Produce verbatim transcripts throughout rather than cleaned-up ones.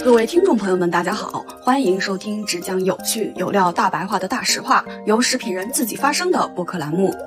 各位听众朋友们，大家好，欢迎收听只讲有趣有料大白话的大实话，由食品人自己发声的播客栏目。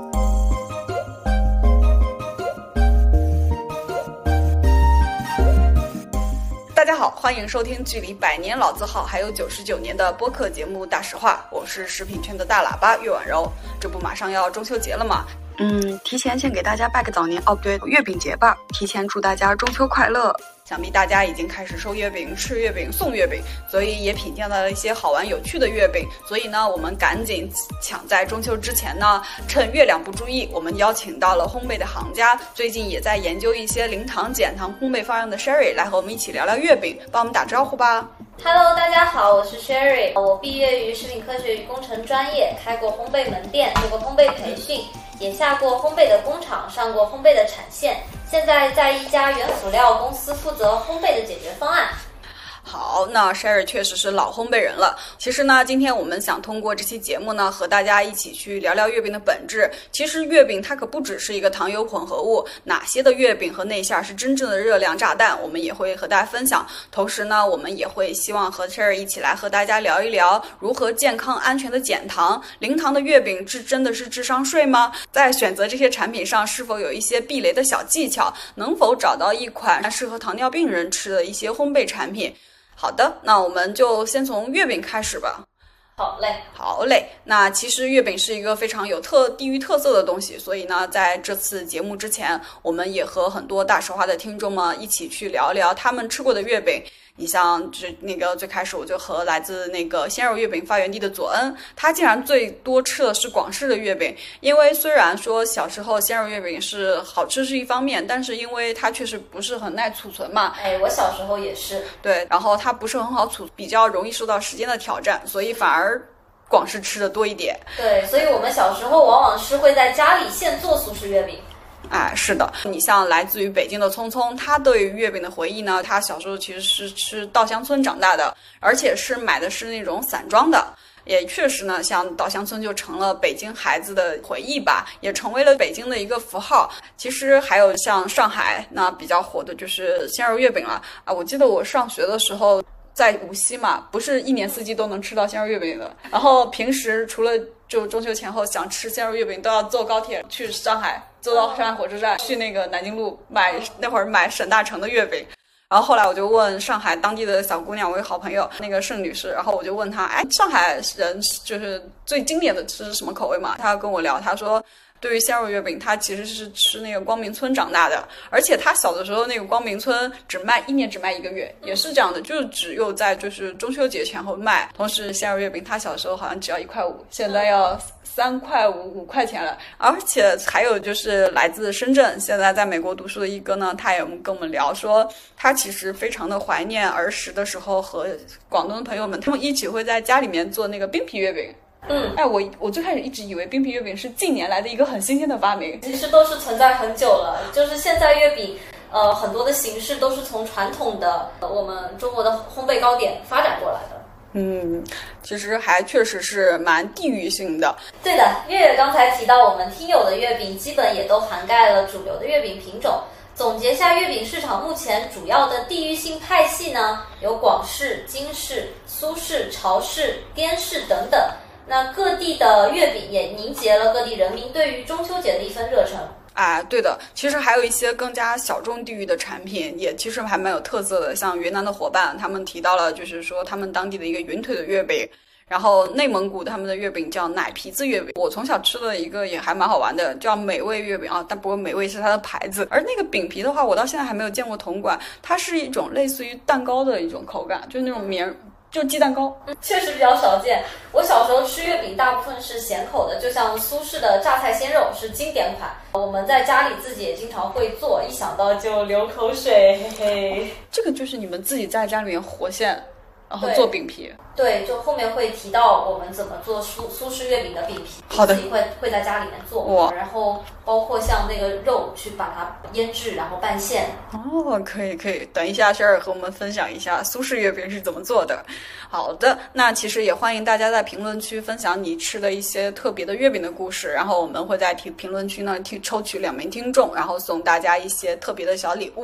大家好，欢迎收听距离百年老字号还有九十九年的播客节目《大实话》，我是食品圈的大喇叭岳婉柔。这不马上要中秋节了吗？嗯，提前先给大家拜个早年哦，不对，月饼节吧。提前祝大家中秋快乐。想必大家已经开始收月饼、吃月饼、送月饼，所以也品鉴到了一些好玩有趣的月饼。所以呢，我们赶紧抢在中秋之前呢，趁月亮不注意，我们邀请到了烘焙的行家，最近也在研究一些零糖、减糖烘焙方案的 Sherry 来和我们一起聊聊月饼，帮我们打招呼吧。 Hello， 大家好，我是 Sherry， 我毕业于食品科学与工程专业，开过烘焙门店，做过烘焙培训，也下过烘焙的工厂，上过烘焙的产线，现在在一家原辅料公司负责烘焙的解决方案。 好，那 Sherry 确实是老烘焙人了。其实呢，今天我们想通过这期节目呢，和大家一起去聊聊月饼的本质。其实月饼它可不只是一个糖油混合物，哪些的月饼和内馅是真正的热量炸弹，我们也会和大家分享。同时呢，我们也会希望和 Sherry 一起来和大家聊一聊如何健康安全的减糖。零糖的月饼是真的是智商税吗？在选择这些产品上是否有一些避雷的小技巧？能否找到一款适合糖尿病人吃的一些烘焙产品？好的，那我们就先从月饼开始吧。 好嘞， 好嘞。那其实月饼是一个非常有特地域特色的东西，所以呢，在这次节目之前，我们也和很多大实话的听众们一起去聊聊他们吃过的月饼。你像这那个最开始我就和来自那个鲜肉月饼发源地的左恩，他竟然最多吃的是广式的月饼。因为虽然说小时候鲜肉月饼是好吃是一方面，但是因为它确实不是很耐储存嘛。 哎，我小时候也是。 对，然后它不是很好储，比较容易受到时间的挑战，所以反而广式吃的多一点。 对，所以我们小时候往往是会在家里现做苏式月饼。 哎，是的，你像来自于北京的聪聪，他对于月饼的回忆呢，他小时候其实是吃稻香村长大的，而且是买的是那种散装的。也确实呢，像稻香村就成了北京孩子的回忆吧，也成为了北京的一个符号。其实还有像上海那比较火的就是鲜肉月饼了啊！我记得我上学的时候在无锡嘛，不是一年四季都能吃到鲜肉月饼的。然后平时除了就中秋前后想吃鲜肉月饼，都要坐高铁去上海，坐到上海火车站去那个南京路买，那会儿买沈大成的月饼。然后后来我就问上海当地的小姑娘，我有好朋友那个盛女士，然后我就问她，哎，上海人就是最经典的吃什么口味嘛？她跟我聊，她说对于鲜肉月饼，她其实是吃那个光明村长大的，而且她小的时候那个光明村只卖一年只卖一个月，也是这样的，就是只有在就是中秋节前后卖。同时鲜肉月饼她小时候好像只要一块五，现在要三块五五块钱了。而且还有就是来自深圳，现在在美国读书的一哥呢，他也跟我们聊说，他其实非常的怀念儿时的时候和广东的朋友们，他们一起会在家里面做那个冰皮月饼。 嗯， 哎，我我最开始一直以为冰皮月饼是近年来的一个很新鲜的发明， 其实都是存在很久了。就是现在月饼，呃，很多的形式都是从传统的我们中国的烘焙糕点发展过来的。 嗯，其实还确实是蛮地域性的。 对的，月月刚才提到我们听友的月饼，基本也都涵盖了主流的月饼品种。总结下月饼市场目前主要的地域性派系呢，有广式、京式、苏式、潮式、滇式等等。那各地的月饼也凝结了各地人民对于中秋节的一份热忱。 啊，对的，其实还有一些更加小众地域的产品，也其实还蛮有特色的。像云南的伙伴，他们提到了，就是说他们当地的一个云腿的月饼，然后内蒙古他们的月饼叫奶皮子月饼。我从小吃的一个也还蛮好玩的，叫美味月饼啊，但不过美味是它的牌子。而那个饼皮的话，我到现在还没有见过铜管，它是一种类似于蛋糕的一种口感，就是那种绵。就鸡蛋糕， 嗯，确实比较少见。我小时候吃月饼大部分是咸口的，就像苏式的榨菜鲜肉是经典款，我们在家里自己也经常会做，一想到就流口水，嘿嘿。 这个就是你们自己在家里面活现，然后做饼皮。 对，就后面会提到我们怎么做苏苏式月饼的饼皮， 好的， 自己会会在家里面做，然后包括像那个肉去把它腌制，然后拌馅。 哦，可以可以，等一下 Sherry 和我们分享一下苏式月饼是怎么做的。好的，那其实也欢迎大家在评论区分享你吃的一些特别的月饼的故事，然后我们会在评论区呢抽取两名听众，然后送大家一些特别的小礼物。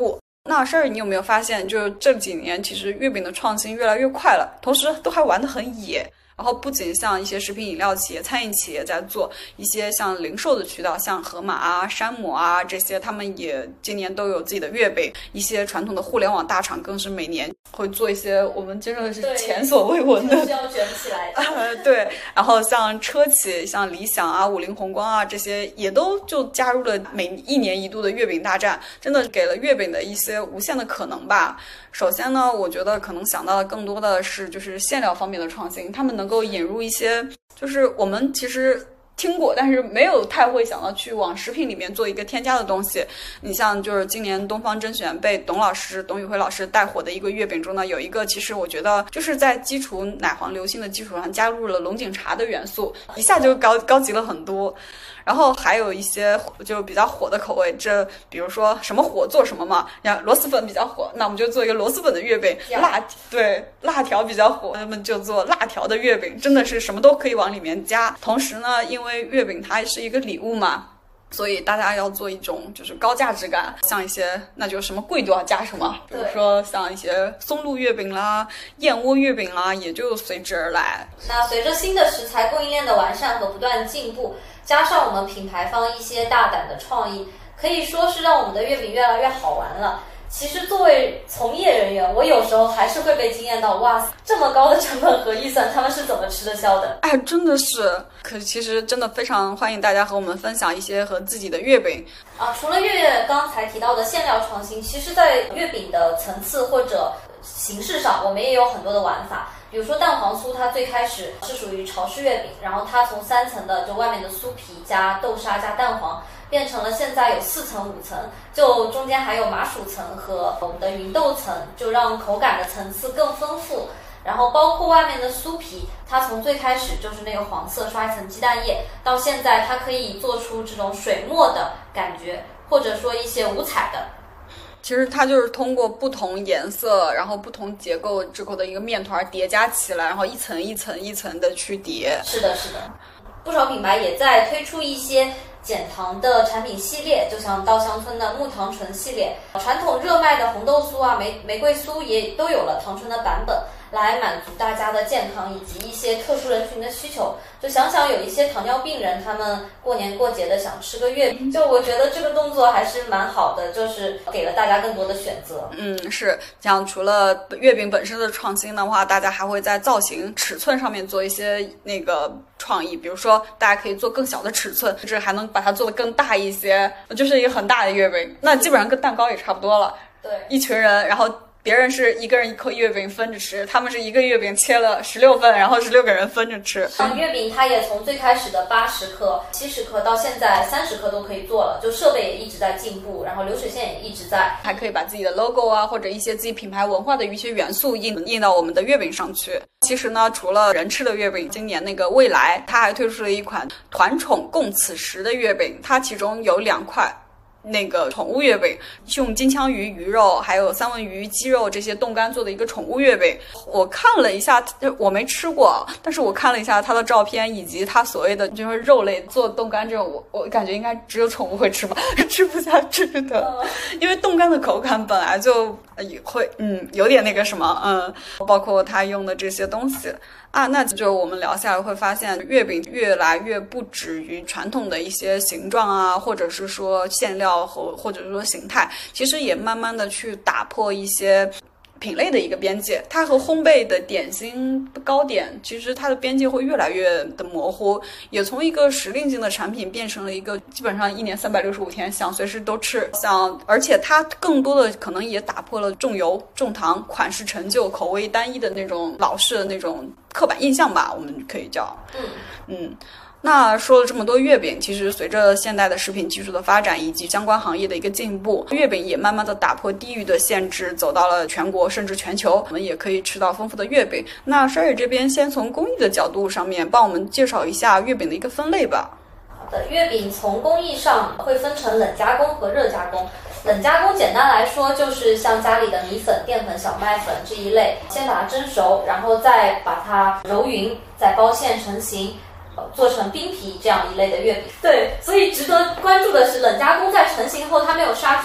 那事儿你有没有发现，就这几年其实月饼的创新越来越快了，同时都还玩得很野。然后不仅像一些食品饮料企业、餐饮企业在做，一些像零售的渠道，像盒马啊、山姆啊这些，他们也今年都有自己的月饼。一些传统的互联网大厂更是每年会做一些我们真的是前所未闻的， 就是要卷起来的。 呃，对。然后像车企、像理想啊、五菱宏光啊这些，也都就加入了每一年一度的月饼大战，真的给了月饼的一些无限的可能吧。首先呢，我觉得可能想到的更多的是就是馅料方面的创新，他们能够引入一些就是我们其实听过但是没有太会想到去往食品里面做一个添加的东西。你像就是今年东方甄选被董老师董宇辉老师带火的一个月饼中呢，有一个其实我觉得就是在基础奶黄流心的基础上加入了龙井茶的元素，一下就高高级了很多。然后还有一些就比较火的口味，这比如说什么火做什么嘛，像螺蛳粉比较火，那我们就做一个螺蛳粉的月饼。辣对辣条比较火，那么就做辣条的月饼，真的是什么都可以往里面加。同时呢，因为月饼它是一个礼物嘛，所以大家要做一种就是高价值感，像一些那就什么贵都要加什么，比如说像一些松露月饼啦、燕窝月饼啦，也就随之而来。 那随着新的食材供应链的完善和不断进步，加上我们品牌方一些大胆的创意，可以说是让我们的月饼越来越好玩了。其实作为从业人员，我有时候还是会被惊艳到，哇，这么高的成本和预算，他们是怎么吃得消的？ 哎，真的是。可其实真的非常欢迎大家和我们分享一些和自己的月饼啊。除了月月刚才提到的馅料创新，其实在月饼的层次或者形式上，我们也有很多的玩法。比如说蛋黄酥，它最开始是属于潮式月饼，然后它从三层的就外面的酥皮加豆沙加蛋黄，变成了现在有四层五层，就中间还有麻薯层和我们的芸豆层，就让口感的层次更丰富。然后包括外面的酥皮，它从最开始就是那个黄色刷一层鸡蛋液，到现在它可以做出这种水墨的感觉，或者说一些五彩的。 其实它就是通过不同颜色然后不同结构之后的一个面团叠加起来，然后一层一层一层的去叠。 是的是的，不少品牌也在推出一些减糖的产品系列，就像稻香村的木糖醇系列，传统热卖的红豆酥啊、玫玫瑰酥也都有了糖醇的版本，来满足大家的健康以及一些特殊人群的需求。就想想有一些糖尿病人，他们过年过节的想吃个月饼，就我觉得这个动作还是蛮好的，就是给了大家更多的选择。 嗯，是像除了月饼本身的创新的话，大家还会在造型尺寸上面做一些那个创意，比如说大家可以做更小的尺寸，甚至还能把它做得更大一些，就是一个很大的月饼，那基本上跟蛋糕也差不多了。 对， 一群人，然后别人是一个人一口月饼分着吃，他们是一个月饼切了十六份，然后十六个人分着吃。 像月饼它也从最开始的八十克、七十克到现在三十克都可以做了，就设备也一直在进步，然后流水线也一直在， 还可以把自己的 logo 啊或者一些自己品牌文化的一些元素印印到我们的月饼上去。其实呢，除了人吃的月饼，今年那个未来它还推出了一款团宠共此时的月饼，它其中有两块那个宠物月饼，用金枪鱼鱼肉还有三文鱼鸡肉这些冻干做的一个宠物月饼。我看了一下，我没吃过，但是我看了一下它的照片以及它所谓的就是肉类做冻干这种，我我感觉应该只有宠物会吃吧，吃不下去的，因为冻干的口感本来就也会嗯有点那个什么嗯，包括它用的这些东西啊，那就我们聊下来会发现，月饼越来越不止于传统的一些形状啊，或者是说馅料和或者是说形态，其实也慢慢的去打破一些品类的一个边界。它和烘焙的点心糕点，其实它的边界会越来越的模糊，也从一个时令性的产品变成了一个基本上一年三百六十五天想随时都吃，想而且它更多的可能也打破了重油、重糖、款式陈旧、口味单一的那种老式的那种刻板印象吧，我们可以叫嗯嗯。那说了这么多月饼，其实随着现代的食品技术的发展以及相关行业的一个进步，月饼也慢慢的打破地域的限制，走到了全国甚至全球，我们也可以吃到丰富的月饼。那衰瑞这边先从工艺的角度上面帮我们介绍一下月饼的一个分类吧。 好的，月饼从工艺上会分成冷加工和热加工。冷加工简单来说就是像家里的米粉、淀粉、小麦粉这一类，先把它蒸熟，然后再把它揉匀，再包馅成型，做成冰皮这样一类的月饼。对，所以值得关注的是冷加工在成型后它没有杀菌，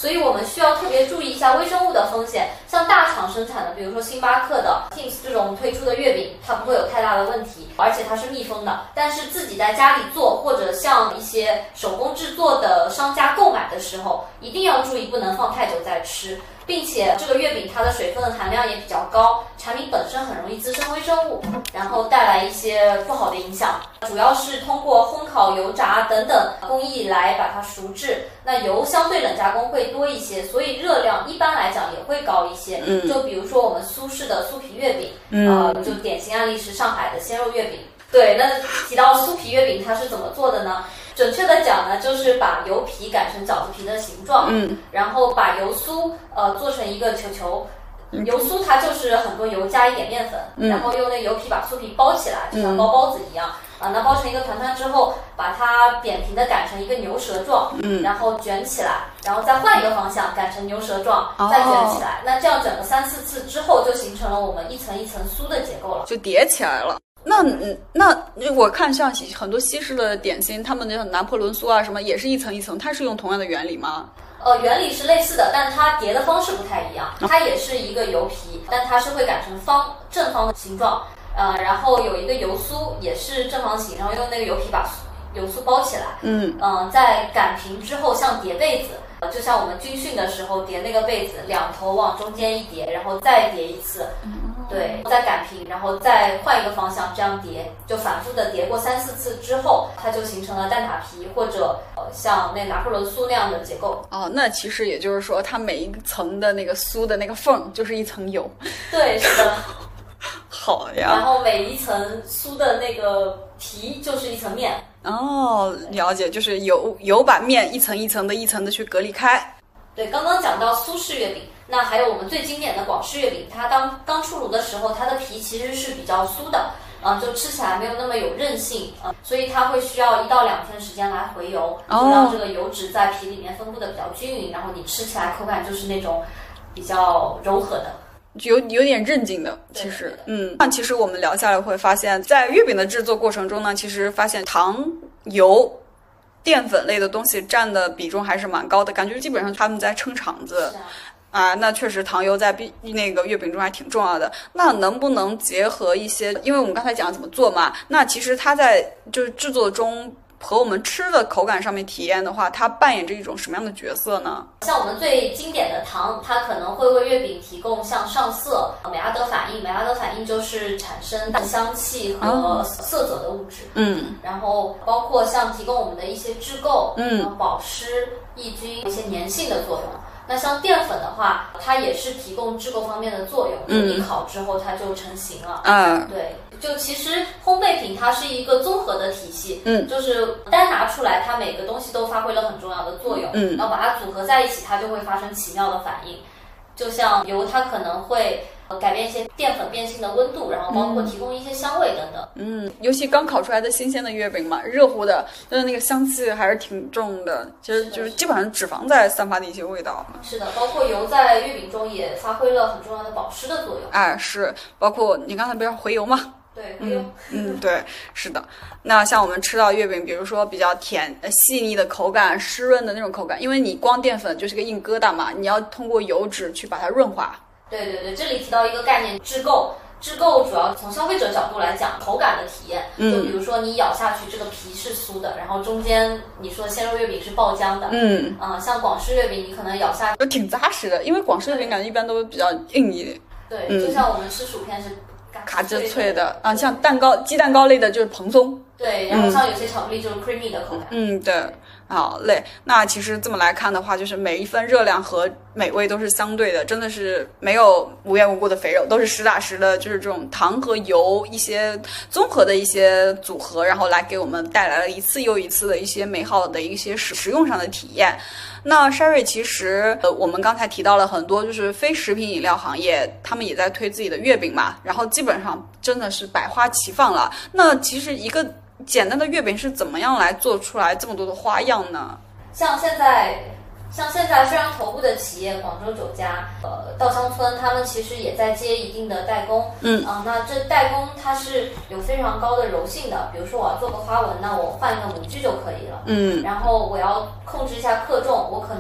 所以我们需要特别注意一下微生物的风险。像大厂生产的，比如说星巴克的 Kings 这种推出的月饼，它不会有太大的问题，而且它是密封的。但是自己在家里做，或者像一些手工制作的商家购买的时候，一定要注意不能放太久再吃。并且这个月饼它的水分含量也比较高，产品本身很容易滋生微生物，然后带来一些不好的影响。主要是通过烘烤、油炸等等工艺来把它熟制，那油相对冷加工会多一些，所以热量一般来讲也会高一些。 嗯， 就比如说我们苏式的酥皮月饼， 嗯， 呃，就典型案例是上海的鲜肉月饼。对，那提到酥皮月饼它是怎么做的呢？准确的讲呢，就是把油皮擀成饺子皮的形状， 嗯， 然后把油酥呃做成一个球球。油酥它就是很多油加一点面粉， 嗯、 然后用那油皮把酥皮包起来，就像包包子一样。啊，那包成一个团团之后，把它扁平的擀成一个牛舌状， 嗯， 然后卷起来，然后再换一个方向擀成牛舌状，再卷起来。那这样整个三四次之后，就形成了我们一层一层酥的结构了， 就叠起来了。那那我看像很多西式的点心，他们那种拿破仑酥啊什么，也是一层一层，它是用同样的原理吗？ 呃，原理是类似的，但它叠的方式不太一样。它也是一个油皮，但它是会擀成方正方的形状。呃，然后有一个油酥也是正方形，然后用那个油皮把油酥包起来。 嗯嗯、呃，在擀平之后，像叠被子，就像我们军训的时候叠那个被子，两头往中间一叠，然后再叠一次。对，再擀平，然后再换一个方向，这样叠，就反复的叠过三四次之后，它就形成了蛋挞皮或者呃像那拿破仑酥那样的结构。 哦，那其实也就是说，它每一层的那个酥的那个缝就是一层油。 对，是的。 好呀。 然后每一层酥的那个皮就是一层面。 哦，了解，就是油油把面一层一层的、一层的去隔离开。 对，刚刚讲到苏式月饼。那还有我们最经典的广式月饼，它刚刚出炉的时候，它的皮其实是比较酥的，啊、呃，就吃起来没有那么有韧性啊、呃，所以它会需要一到两天时间来回油，就让这个油脂在皮里面分布的比较均匀，然后你吃起来口感就是那种比较柔和的。 有有点韧劲的，其实，嗯，那其实我们聊下来会发现，在月饼的制作过程中呢，其实发现糖、油、淀粉类的东西占的比重还是蛮高的，感觉基本上他们在撑场子。 是啊。 啊，那确实糖油在那个月饼中还挺重要的。那能不能结合一些，因为我们刚才讲怎么做嘛，那其实它在就是制作中和我们吃的口感上面体验的话，它扮演着一种什么样的角色呢？ 像我们最经典的糖，它可能会为月饼提供像上色、美拉德反应。美拉德反应就是产生香气和色泽的物质。 嗯， 然后包括像提供我们的一些致垢、 嗯， 保湿、抑菌一些粘性的作用。那像淀粉的话，它也是提供致垢方面的作用， 嗯， 你烤之后它就成型了。 嗯， 对，就其实烘焙品它是一个综合的体系， 嗯， 就是单拿出来，它每个东西都发挥了很重要的作用， 嗯， 然后把它组合在一起，它就会发生奇妙的反应。就像油，它可能会改变一些淀粉变性的温度，然后包括提供一些香味等等。 嗯，尤其刚烤出来的新鲜的月饼嘛，热乎的，就是那个香气还是挺重的。其实就是基本上脂肪在散发的一些味道。 是的，包括油在月饼中也发挥了很重要的保湿的作用。 哎，是，包括你刚才不是回油吗？ 对，回油。 嗯，嗯，对，是的。那像我们吃到月饼，比如说比较甜、细腻的口感、湿润的那种口感，因为你光淀粉就是个硬疙瘩嘛，你要通过油脂去把它润滑。 对对对，这里提到一个概念，致垢。致垢主要从消费者角度来讲，口感的体验。就比如说你咬下去，这个皮是酥的，然后中间你说鲜肉月饼是爆浆的。 嗯， 啊、呃，像广式月饼，你可能咬下去都挺扎实的，因为广式月饼感觉一般都比较硬一点。 对，嗯、就像我们吃薯片是卡吱脆的啊，像蛋糕、鸡蛋糕类的就是蓬松。 对，然后像有些巧克力就是 creamy 的口感。 嗯，对。好嘞，那其实这么来看的话，就是每一份热量和美味都是相对的，真的是没有无缘无故的肥肉，都是实打实的，就是这种糖和油一些综合的一些组合，然后来给我们带来了一次又一次的一些美好的一些食食用上的体验。那 Sherry 其实呃，我们刚才提到了很多，就是非食品饮料行业，他们也在推自己的月饼嘛，然后基本上真的是百花齐放了。那其实一个简单的月饼是怎么样来做出来这么多的花样呢？ 像现在，像现在非常头部的企业，广州酒家、呃稻香村，他们其实也在接一定的代工。 嗯啊、呃，那这代工它是有非常高的柔性的。比如说我要做个花纹，那我换一个模具就可以了。 嗯， 然后我要控制一下克重，我可能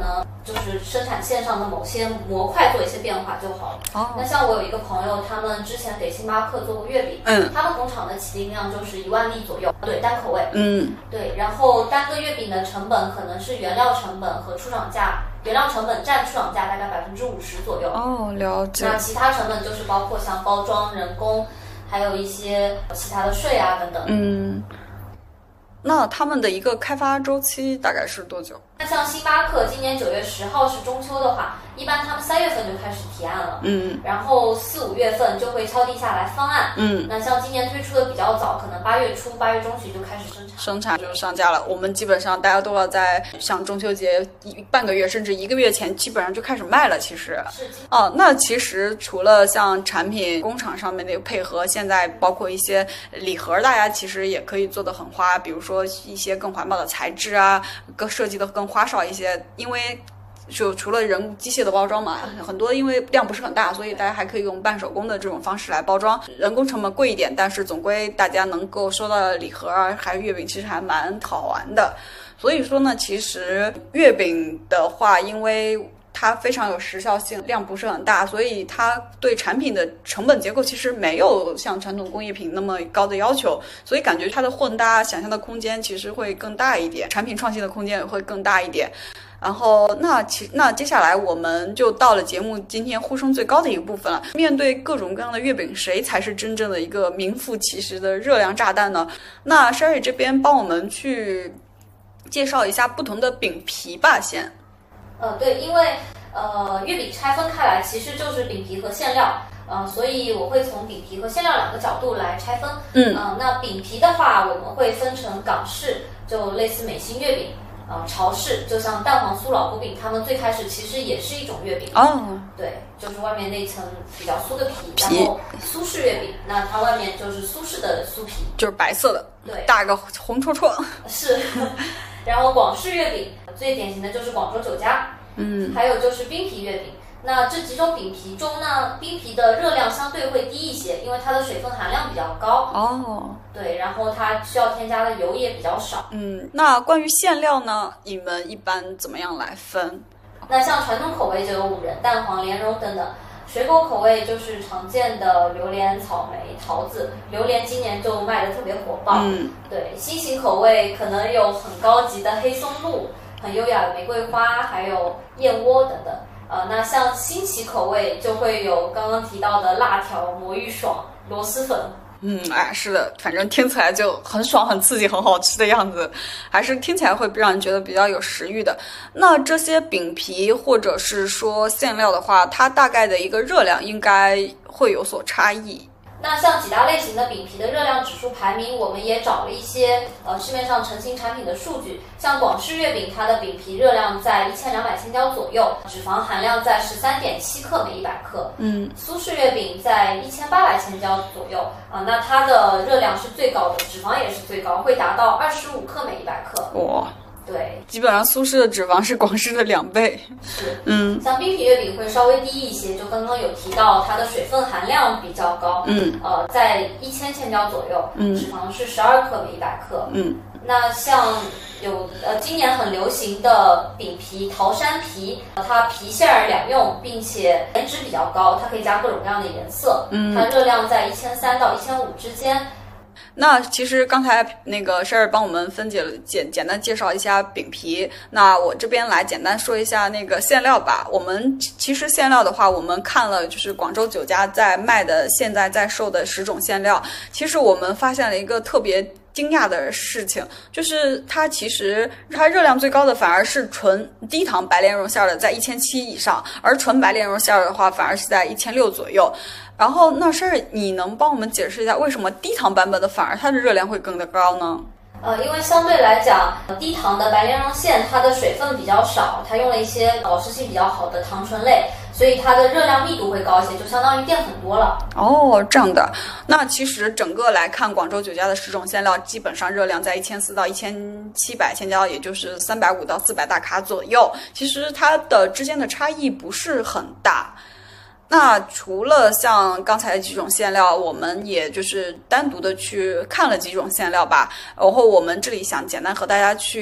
就是生产线上的某些模块做一些变化就好了。 哦， 那像我有一个朋友，他们之前给星巴克做过月饼， 嗯， 他们工厂的起订量就是一万粒左右，对，单口味， 嗯， 对，然后单个月饼的成本可能是原料成本和出厂价，原料成本占出厂价大概百分之五十左右。 哦，了解。 那其他成本就是包括像包装、人工，还有一些其他的税啊等等。 嗯，那他们的一个开发周期大概是多久？ 那像星巴克今年九月十号是中秋的话，一般他们三月份就开始提案了， 嗯， 然后四五月份就会敲定下来方案， 嗯， 那像今年推出的比较早，可能八月初、八月中旬就开始生产， 生产就上架了。我们基本上大家都要在像中秋节一半个月甚至一个月前，基本上就开始卖了。其实， 是哦，那其实除了像产品工厂上面的配合，现在包括一些礼盒，大家其实也可以做得很花，比如说一些更环保的材质啊，更设计的更花哨一些，因为。就除了人机械的包装嘛，很多因为量不是很大，所以大家还可以用半手工的这种方式来包装，人工成本贵一点，但是总归大家能够收到的礼盒啊，还有月饼，其实还蛮好玩的。所以说呢，其实月饼的话，因为它非常有时效性，量不是很大，所以它对产品的成本结构其实没有像传统工艺品那么高的要求，所以感觉它的混搭想象的空间其实会更大一点，产品创新的空间也会更大一点。然后那其那接下来我们就到了节目今天呼声最高的一个部分了。面对各种各样的月饼，谁才是真正的一个名副其实的热量炸弹呢？那 Sherry 这边帮我们去介绍一下不同的饼皮吧，先。 呃，对，因为呃月饼拆分开来其实就是饼皮和馅料，呃，所以我会从饼皮和馅料两个角度来拆分。 嗯， 呃，那饼皮的话，我们会分成港式，就类似美心月饼。呃，潮式就像蛋黄酥、老婆饼，他们最开始其实也是一种月饼哦， 对，就是外面那层比较酥的皮， 皮然后苏式月饼，那它外面就是苏式的酥皮， 就是白色的， 对， 大个红戳戳， 是。然后广式月饼最典型的就是广州酒家， 嗯， 还有就是冰皮月饼。那这几种饼皮中呢，冰皮的热量相对会低一些，因为它的水分含量比较高。 哦， 对，然后它需要添加的油也比较少。 嗯，那关于馅料呢，你们一般怎么样来分？ 那像传统口味就有五仁、蛋黄、莲蓉等等，水果口味就是常见的榴莲、草莓、桃子。榴莲今年就卖的特别火爆。 嗯， 对，新型口味可能有很高级的黑松露，很优雅的玫瑰花，还有燕窝等等。呃，那像新奇口味就会有刚刚提到的辣条、魔芋爽、螺蛳粉。 嗯，哎，是的，反正听起来就很爽、很刺激、很好吃的样子，还是听起来会让人觉得比较有食欲的。那这些饼皮或者是说馅料的话，它大概的一个热量应该会有所差异。 那像几大类型的饼皮的热量指数排名，我们也找了一些呃市面上成型产品的数据。像广式月饼，它的饼皮热量在一千两百千焦左右，脂肪含量在十三点七克每一百克。 嗯， 苏式月饼在一千八百千焦左右啊、呃，那它的热量是最高的，脂肪也是最高，会达到二十五克每一百克。 哇！ 对， 基本上苏式的脂肪是广式的两倍。 是， 嗯， 像冰皮月饼会稍微低一些，就刚刚有提到它的水分含量比较高， 嗯， 呃，在一千千焦左右， 嗯， 脂肪是十二克每一百克， 嗯， 那像有呃今年很流行的饼皮桃山皮，它皮馅儿两用，并且颜值比较高，它可以加各种各样的颜色， 嗯， 它热量在一千三到一千五之间。 那其实刚才那个事儿帮我们分解了简简单介绍一下饼皮，那我这边来简单说一下那个馅料吧。我们其实馅料的话，我们看了就是广州酒家在卖的现在在售的十种馅料，其实我们发现了一个特别惊讶的事情，就是它其实它热量最高的反而是纯低糖白莲蓉馅的，在一千七以上，而纯白莲蓉馅的话反而是在一千六左右。然后那事儿你能帮我们解释一下，为什么低糖版本的反而它的热量会更的高呢？ 呃，因为相对来讲，低糖的白莲蓉馅它的水分比较少，它用了一些保湿性比较好的糖醇类，所以它的热量密度会高一些，就相当于淀粉多了。 哦，这样的。那其实整个来看，广州酒家的十种馅料基本上热量在一千四到一千七百千焦，也就是三百五到四百大卡左右。其实它的之间的差异不是很大。那除了像刚才几种馅料，我们也就是单独的去看了几种馅料吧。然后我们这里想简单和大家去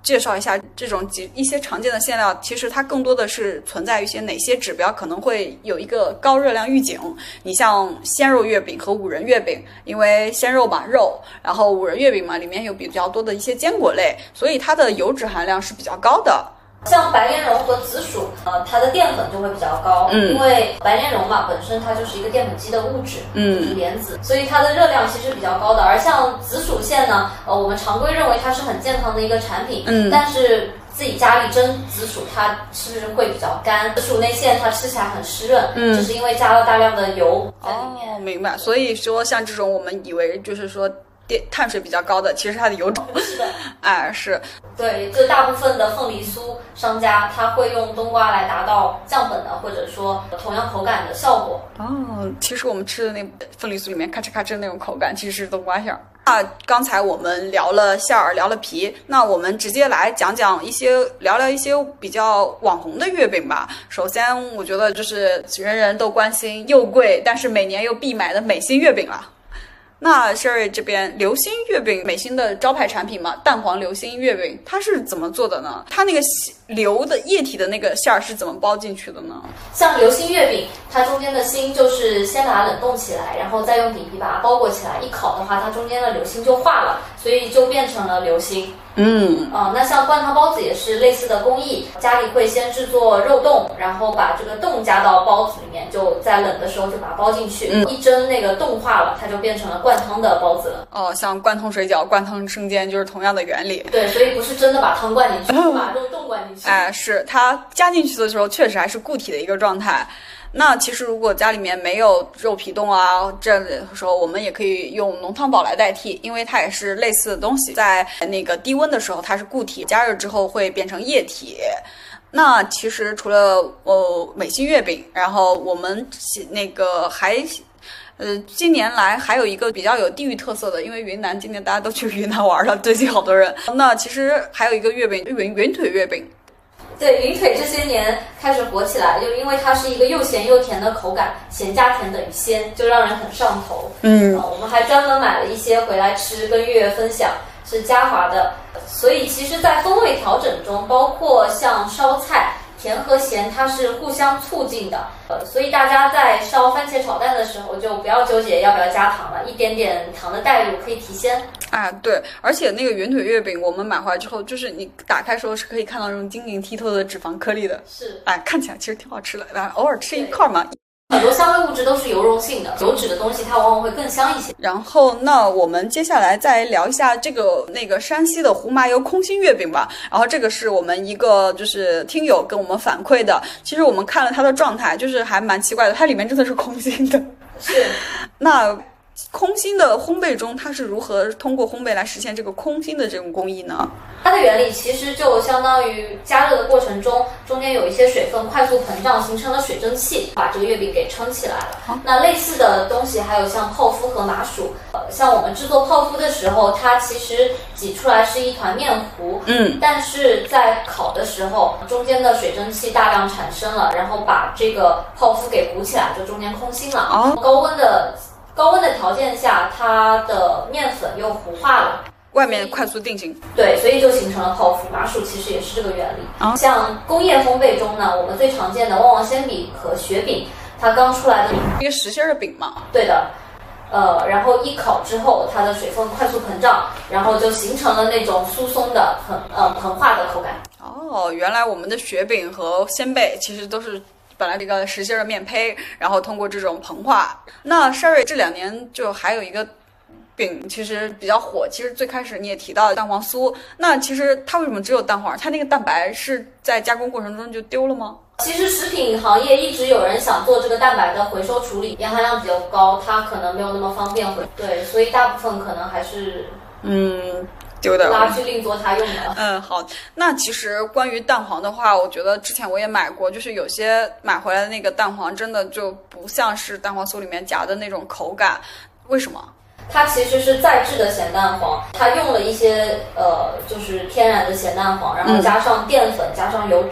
介绍一下这种几一些常见的馅料，其实它更多的是存在于一些哪些指标可能会有一个高热量预警。你像鲜肉月饼和五仁月饼，因为鲜肉嘛肉，然后五仁月饼嘛里面有比较多的一些坚果类，所以它的油脂含量是比较高的。 像白莲蓉和紫薯，呃，它的淀粉就会比较高，嗯，因为白莲蓉嘛，本身它就是一个淀粉基的物质，嗯，就是莲子，所以它的热量其实比较高的。而像紫薯馅呢，呃，我们常规认为它是很健康的一个产品，嗯，但是自己家里蒸紫薯，它是不是会比较干？紫薯内馅它吃起来很湿润，嗯，只是因为加了大量的油在里面。 哦，明白。所以说像这种我们以为就是说淀碳水比较高的，其实它的油脂是的， 哎，是对，这大部分的凤梨酥商家他会用冬瓜来达到降本的或者说同样口感的效果。 哦，其实我们吃的那凤梨酥里面咔哧咔哧那种口感，其实是冬瓜馅儿。那刚才我们聊了馅儿，聊了皮，那我们直接来讲讲一些，聊聊一些比较网红的月饼吧。首先，我觉得就是人人都关心又贵，但是每年又必买的美心月饼了。那 Sherry 这边流心月饼，美心的招牌产品嘛，蛋黄流心月饼，它是怎么做的呢？它那个流的液体的那个馅儿是怎么包进去的呢？ 像流心月饼，它中间的心就是先把它冷冻起来，然后再用饼皮把它包裹起来，一烤的话，它中间的流心就化了，所以就变成了流心。嗯，呃，那像灌汤包子也是类似的工艺，家里会先制作肉冻，然后把这个冻加到包子里面，就在冷的时候就把它包进去，嗯，一蒸那个冻化了，它就变成了灌汤的包子了。 哦，像灌汤水饺、灌汤生煎就是同样的原理。 对，所以不是真的把汤灌进去，是把肉冻灌进去。 哎，是它加进去的时候确实还是固体的一个状态。那其实如果家里面没有肉皮冻啊，这时候我们也可以用浓汤宝来代替，因为它也是类似的东西，在那个低温的时候它是固体，加热之后会变成液体。那其实除了呃美心月饼，然后我们那个还呃近年来还有一个比较有地域特色的，因为云南今年大家都去云南玩了，最近好多人。那其实还有一个月饼，云云腿月饼。 对，云腿这些年开始火起来，就因为它是一个又咸又甜的口感，咸加甜等于鲜，就让人很上头。嗯、呃，我们还专门买了一些回来吃，跟月月分享，是嘉华的。所以其实，在风味调整中，包括像烧菜，甜和咸它是互相促进的。呃，所以大家在烧番茄炒蛋的时候，就不要纠结要不要加糖了，一点点糖的带入可以提鲜。 啊，对，而且那个云腿月饼，我们买回来之后，就是你打开时候是可以看到那种晶莹剔透的脂肪颗粒的， 是， 哎，看起来其实挺好吃的，哎，偶尔吃一块嘛。 很多香味物质都是油溶性的，油脂的东西它往往会更香一些。 然后，那我们接下来再聊一下这个那个山西的胡麻油空心月饼吧。然后这个是我们一个就是听友跟我们反馈的，其实我们看了它的状态，就是还蛮奇怪的，它里面真的是空心的。 是， 那空心的烘焙中，它是如何通过烘焙来实现这个空心的这种工艺呢？ 它的原理其实就相当于加热的过程中，中间有一些水分快速膨胀，形成了水蒸气，把这个月饼给撑起来了。那类似的东西还有像泡芙和麻薯。呃，像我们制作泡芙的时候，它其实挤出来是一团面糊，嗯，但是在烤的时候，中间的水蒸气大量产生了，然后把这个泡芙给鼓起来，就中间空心了。哦，高温的高温的条件下，它的面粉又糊化了。 外面快速定型， 对，所以就形成了泡芙。麻薯其实也是这个原理。啊、像工业烘焙中呢，我们最常见的旺旺仙饼和雪饼，它刚出来的一个实心的饼嘛。 对的，呃，然后一烤之后，它的水分快速膨胀，然后就形成了那种酥松的、很呃膨化的口感。 哦，原来我们的雪饼和鲜贝其实都是本来这个实心的面胚，然后通过这种膨化。那 Sherry 这两年就还有一个饼其实比较火，其实最开始你也提到蛋黄酥，那其实它为什么只有蛋黄？它那个蛋白是在加工过程中就丢了吗？ 其实食品行业一直有人想做这个蛋白的回收处理，盐含量比较高，它可能没有那么方便回，对，所以大部分可能还是嗯丢的， 拉去另做它用的。 嗯，好。那其实关于蛋黄的话，我觉得之前我也买过，就是有些买回来的那个蛋黄真的就不像是蛋黄酥里面夹的那种口感，为什么？ 它其实是再制的咸蛋黄，它用了一些呃，就是天然的咸蛋黄，然后加上淀粉，加上油脂，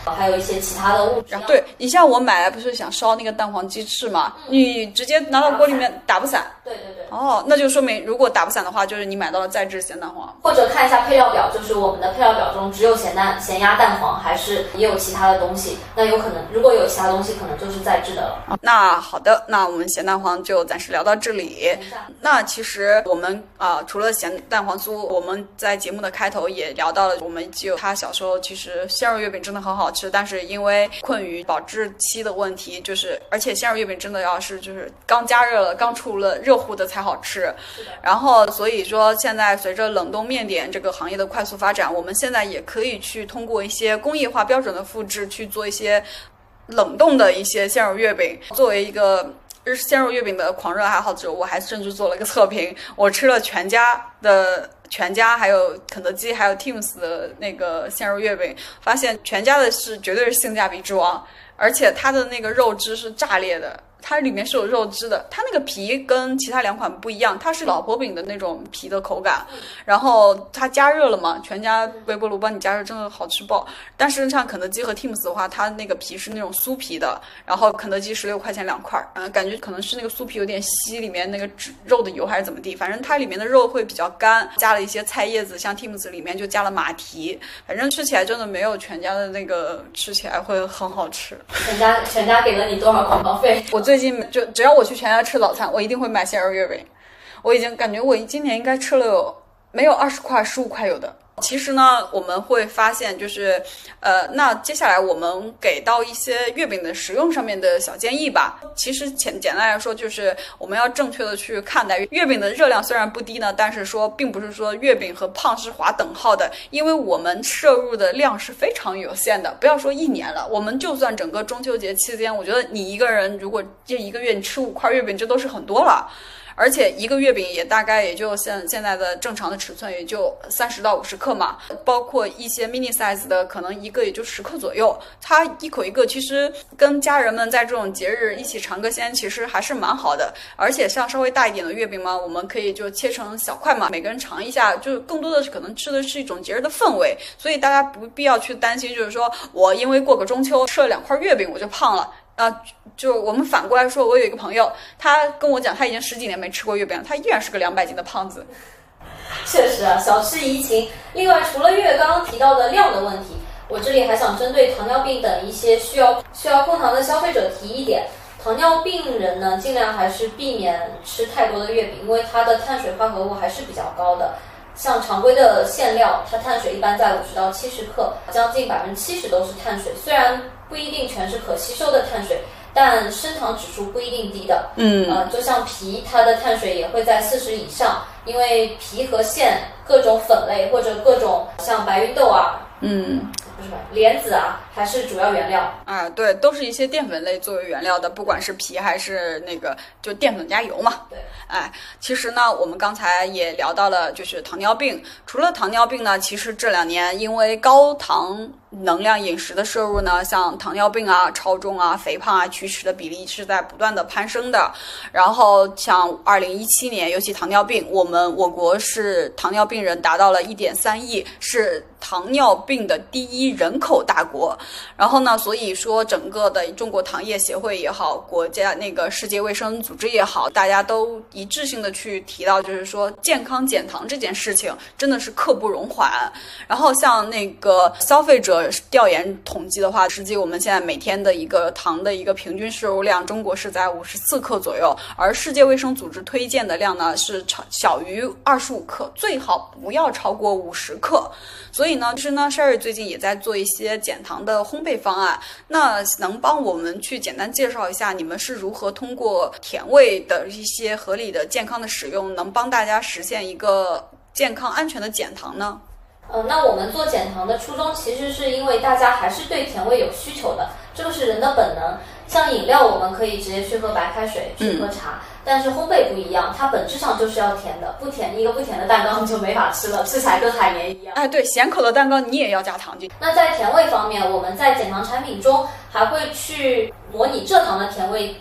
还有一些其他的物质。 对，你像我买来不是想烧那个蛋黄鸡翅嘛，嗯、你直接拿到锅里面打不散。 对对对。 哦，那就说明如果打不散的话，就是你买到了再制咸蛋黄。 或者看一下配料表，就是我们的配料表中只有咸蛋、咸鸭蛋黄，还是也有其他的东西？那有可能，如果有其他东西，可能就是再制的了。 啊、那好的，那我们咸蛋黄就暂时聊到这里。那其实我们啊、呃，除了咸蛋黄酥，我们在节目的开头也聊到了，我们就他小时候其实鲜肉月饼真的很好吃，但是因为困于保质期的问题，就是而且鲜肉月饼真的要是就是刚加热了、刚出了热乎的才好吃。然后所以说现在随着冷冻面点这个行业的快速发展，我们现在也可以去通过一些工业化标准的复制去做一些冷冻的一些鲜肉月饼。作为一个鲜肉月饼的狂热爱好者，我还甚至做了一个测评，我吃了全家的全家还有肯德基还有 Teams 的那个鲜肉月饼，发现全家的是绝对是性价比之王，而且它的那个肉汁是炸裂的，它里面是有肉汁的，它那个皮跟其他两款不一样，它是老婆饼的那种皮的口感，然后它加热了嘛，全家微波炉帮你加热，真的好吃爆。但是像肯德基和 Teams 的话，它那个皮是那种酥皮的，然后肯德基十六块钱两块，嗯，感觉可能是那个酥皮有点稀，里面那个肉的油还是怎么地，反正它里面的肉会比较干，加了一些菜叶子，像 Teams 里面就加了马蹄，反正吃起来真的没有全家的那个吃起来会很好吃。 全家全家给了你多少广告费？ 我最近就只要我去全家吃早餐，我一定会买鲜肉月饼。我已经感觉我今年应该吃了有没有二十块、十五块有的。其实呢，我们会发现就是，呃，那接下来我们给到一些月饼的食用上面的小建议吧。其实简简单来说，就是我们要正确的去看待月饼的热量虽然不低呢，但是说并不是说月饼和胖是划等号的，因为我们摄入的量是非常有限的。不要说一年了，我们就算整个中秋节期间，我觉得你一个人如果这一个月你吃五块月饼，这都是很多了。而且一个月饼也大概也就现现在的正常的尺寸也就三十到五十克嘛，包括一些 mini size 的，可能一个也就十克左右。它一口一个，其实跟家人们在这种节日一起尝个鲜，其实还是蛮好的。而且像稍微大一点的月饼嘛，我们可以就切成小块嘛，每个人尝一下，就更多的是可能吃的是一种节日的氛围。所以大家不必要去担心，就是说我因为过个中秋吃了两块月饼我就胖了。啊，就我们反过来说，我有一个朋友，他跟我讲，他已经十几年没吃过月饼了，他依然是个两百斤的胖子。 确实啊，小吃怡情。另外，除了月刚刚提到的量的问题，我这里还想针对糖尿病等一些需要需要控糖的消费者提一点：糖尿病人呢，尽量还是避免吃太多的月饼，因为它的碳水化合物还是比较高的。像常规的馅料，它碳水一般在五十到七十克，将近百分之七十都是碳水。虽然不一定全是可吸收的碳水，但升糖指数不一定低的。嗯，呃，就像皮，它的碳水也会在四十以上，因为皮和馅各种粉类或者各种像白芸豆啊，嗯，不是吧，莲子啊，还是主要原料。 啊，对，都是一些淀粉类作为原料的，不管是皮还是那个，就淀粉加油嘛。 对， 哎，其实呢，我们刚才也聊到了，就是糖尿病。除了糖尿病呢，其实这两年因为高糖能量饮食的摄入呢，像糖尿病啊、超重啊、肥胖啊、龋齿的比例是在不断的攀升的。然后像二零一七年，尤其糖尿病，我们我国是糖尿病人达到了一点三亿，是糖尿病的第一人口大国。然后呢，所以说整个的中国糖业协会也好，国家那个世界卫生组织也好，大家都一致性的去提到，就是说健康减糖这件事情真的是刻不容缓。然后像那个消费者调研统计的话，实际我们现在每天的一个糖的一个平均摄入量，中国是在五十四克左右，而世界卫生组织推荐的量呢是小于二十五克，最好不要超过五十克。所以呢，其实呢 Sherry 最近也在做一些减糖的烘焙方案，那能帮我们去简单介绍一下你们是如何通过甜味的一些合理的健康的使用，能帮大家实现一个健康安全的减糖呢？ 呃，那我们做减糖的初衷其实是因为大家还是对甜味有需求的，这个是人的本能。像饮料我们可以直接去喝白开水，去喝茶，嗯、但是烘焙不一样，它本质上就是要甜的，不甜一个不甜的蛋糕你就没法吃了，吃起来跟海绵一样。 哎，对，咸口的蛋糕你也要加糖进去。 那在甜味方面，我们在减糖产品中还会去模拟蔗糖的甜味。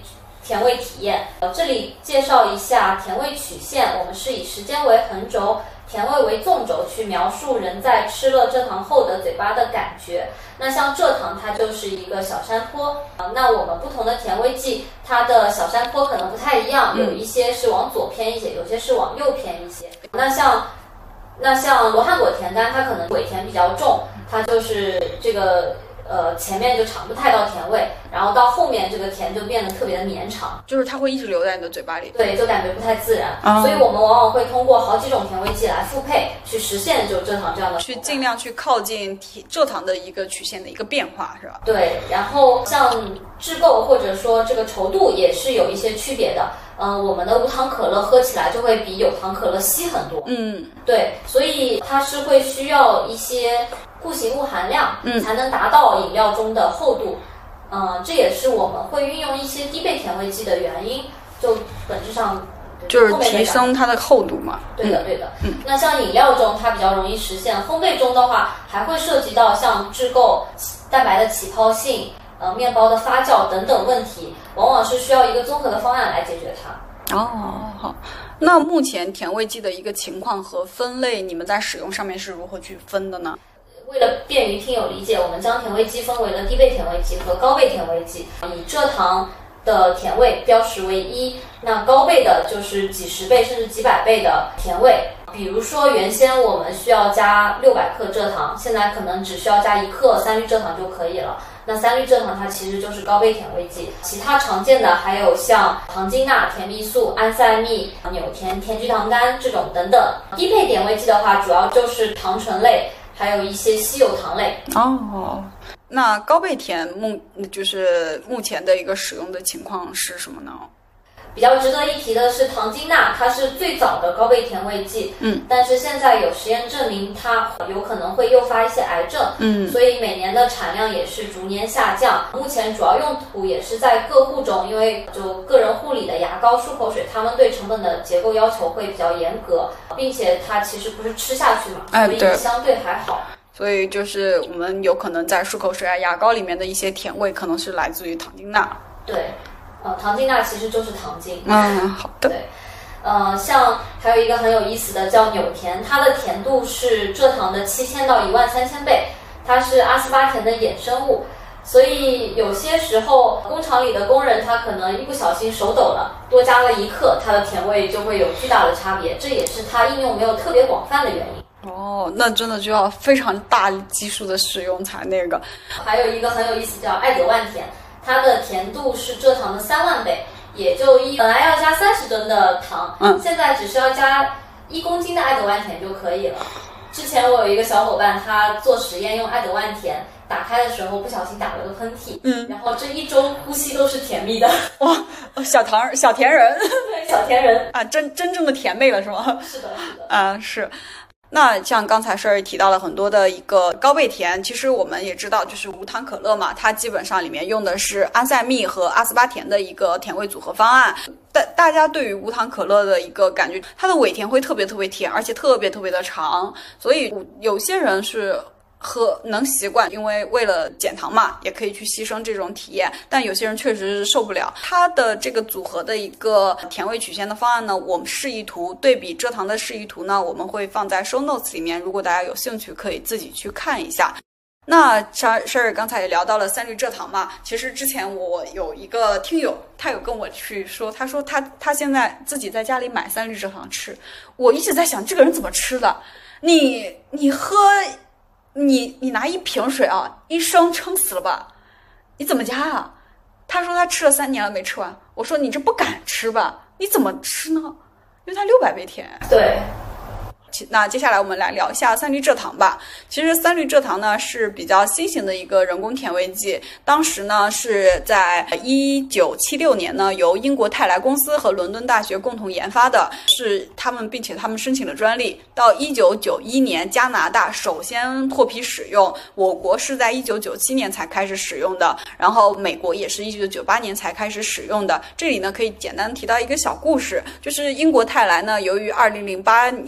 甜味体验。呃，这里介绍一下甜味曲线，我们是以时间为横轴，甜味为纵轴去描述人在吃了蔗糖后的嘴巴的感觉。那像蔗糖它就是一个小山坡，呃、那我们不同的甜味剂它的小山坡可能不太一样，有一些是往左偏一些，有些是往右偏一些。那像那像罗汉果甜柑它可能尾甜比较重，它就是这个呃前面就尝不太到甜味，然后到后面这个甜就变得特别的绵长， 就是它会一直留在你的嘴巴里， 对，就感觉不太自然。 哦、 所以我们往往会通过好几种甜味剂来复配，去实现就蔗糖这样的， 去尽量去靠近蔗糖的一个曲线的一个变化，是吧？ 对，然后像质构或者说这个稠度也是有一些区别的。嗯、呃，我们的无糖可乐喝起来就会比有糖可乐稀很多。 嗯， 对，所以它是会需要一些固形物含量， 嗯， 才能达到饮料中的厚度。嗯、呃，这也是我们会运用一些低倍甜味剂的原因。就本质上就是提升它的厚度嘛。 对的，对的。 嗯， 那像饮料中它比较容易实现，烘焙中的话还会涉及到像质构、蛋白的起泡性。呃，面包的发酵等等问题，往往是需要一个综合的方案来解决它。 哦，好。那目前甜味剂的一个情况和分类，你们在使用上面是如何去分的呢？ 为了便于听友理解，我们将甜味剂分为了低倍甜味剂和高倍甜味剂，以蔗糖的甜味标识为一，那高倍的就是几十倍甚至几百倍的甜味。比如说原先我们需要加六百克蔗糖，现在可能只需要加一克三氯蔗糖就可以了。那三氯蔗糖它其实就是高倍甜味剂，其他常见的还有像糖精钠、甜蜜素、安赛蜜、纽甜、甜菊糖苷这种等等。低倍甜味剂的话，主要就是糖醇类，还有一些稀有糖类。 哦，那高倍甜目就是目前的一个使用的情况是什么呢？ 比较值得一提的是糖精钠，它是最早的高倍甜味剂， 嗯， 但是现在有实验证明它有可能会诱发一些癌症， 嗯， 所以每年的产量也是逐年下降。目前主要用途也是在个护中，因为就个人护理的牙膏、漱口水，他们对成本的结构要求会比较严格，并且它其实不是吃下去嘛， 哎， 所以相对还好。 所以就是我们有可能在漱口水啊、牙膏里面的一些甜味，可能是来自于糖精钠。 对。呃，糖精钠其实就是糖精。 嗯，好的。 对，呃，像还有一个很有意思的叫纽甜，它的甜度是蔗糖的七千到一万三千倍，它是阿斯巴甜的衍生物，所以有些时候工厂里的工人他可能一不小心手抖了，多加了一克，它的甜味就会有巨大的差别，这也是它应用没有特别广泛的原因。 哦，那真的就要非常大基数的使用才那个。 还有一个很有意思叫爱德万甜。它的甜度是蔗糖的三万倍，也就一本来要加三十吨的糖， 嗯， 现在只需要加一公斤的爱德万甜就可以了。之前我有一个小伙伴，他做实验用爱德万甜，打开的时候不小心打了个喷嚏， 嗯， 然后这一周呼吸都是甜蜜的。 哇，小糖小甜人， 对，小甜人啊，真真正的甜妹了是吗？ 是的，是的， 啊，是。那像刚才Sherry提到了很多的一个高倍甜，其实我们也知道，就是无糖可乐嘛，它基本上里面用的是安赛蜜和阿斯巴甜的一个甜味组合方案。大大家对于无糖可乐的一个感觉，它的尾甜会特别特别甜，而且特别特别的长，所以有些人是喝能习惯，因为为了减糖嘛，也可以去牺牲这种体验。但有些人确实是受不了。它的这个组合的一个甜味曲线的方案呢，我们示意图对比蔗糖的示意图呢，我们会放在 show notes 里面，如果大家有兴趣，可以自己去看一下。那 Sherry 刚才也聊到了三氯蔗糖嘛，其实之前我有一个听友，他有跟我去说，他说他他现在自己在家里买三氯蔗糖吃，我一直在想这个人怎么吃的？你你喝。你你拿一瓶水啊，一升撑死了吧？你怎么加啊？他说他吃了三年了没吃完。我说你这不敢吃吧？你怎么吃呢？因为它六百倍甜。 对。 那接下来我们来聊一下三氯蔗糖吧。其实三氯蔗糖呢是比较新型的一个人工甜味剂，当时呢是在一九七六年呢由英国泰来公司和伦敦大学共同研发的，是他们并且他们申请了专利。到一九九一年加拿大首先获批使用，我国是在一九九七年才开始使用的，然后美国也是一九九八年才开始使用的。这里呢可以简单提到一个小故事，就是英国泰来呢由于二零零八年之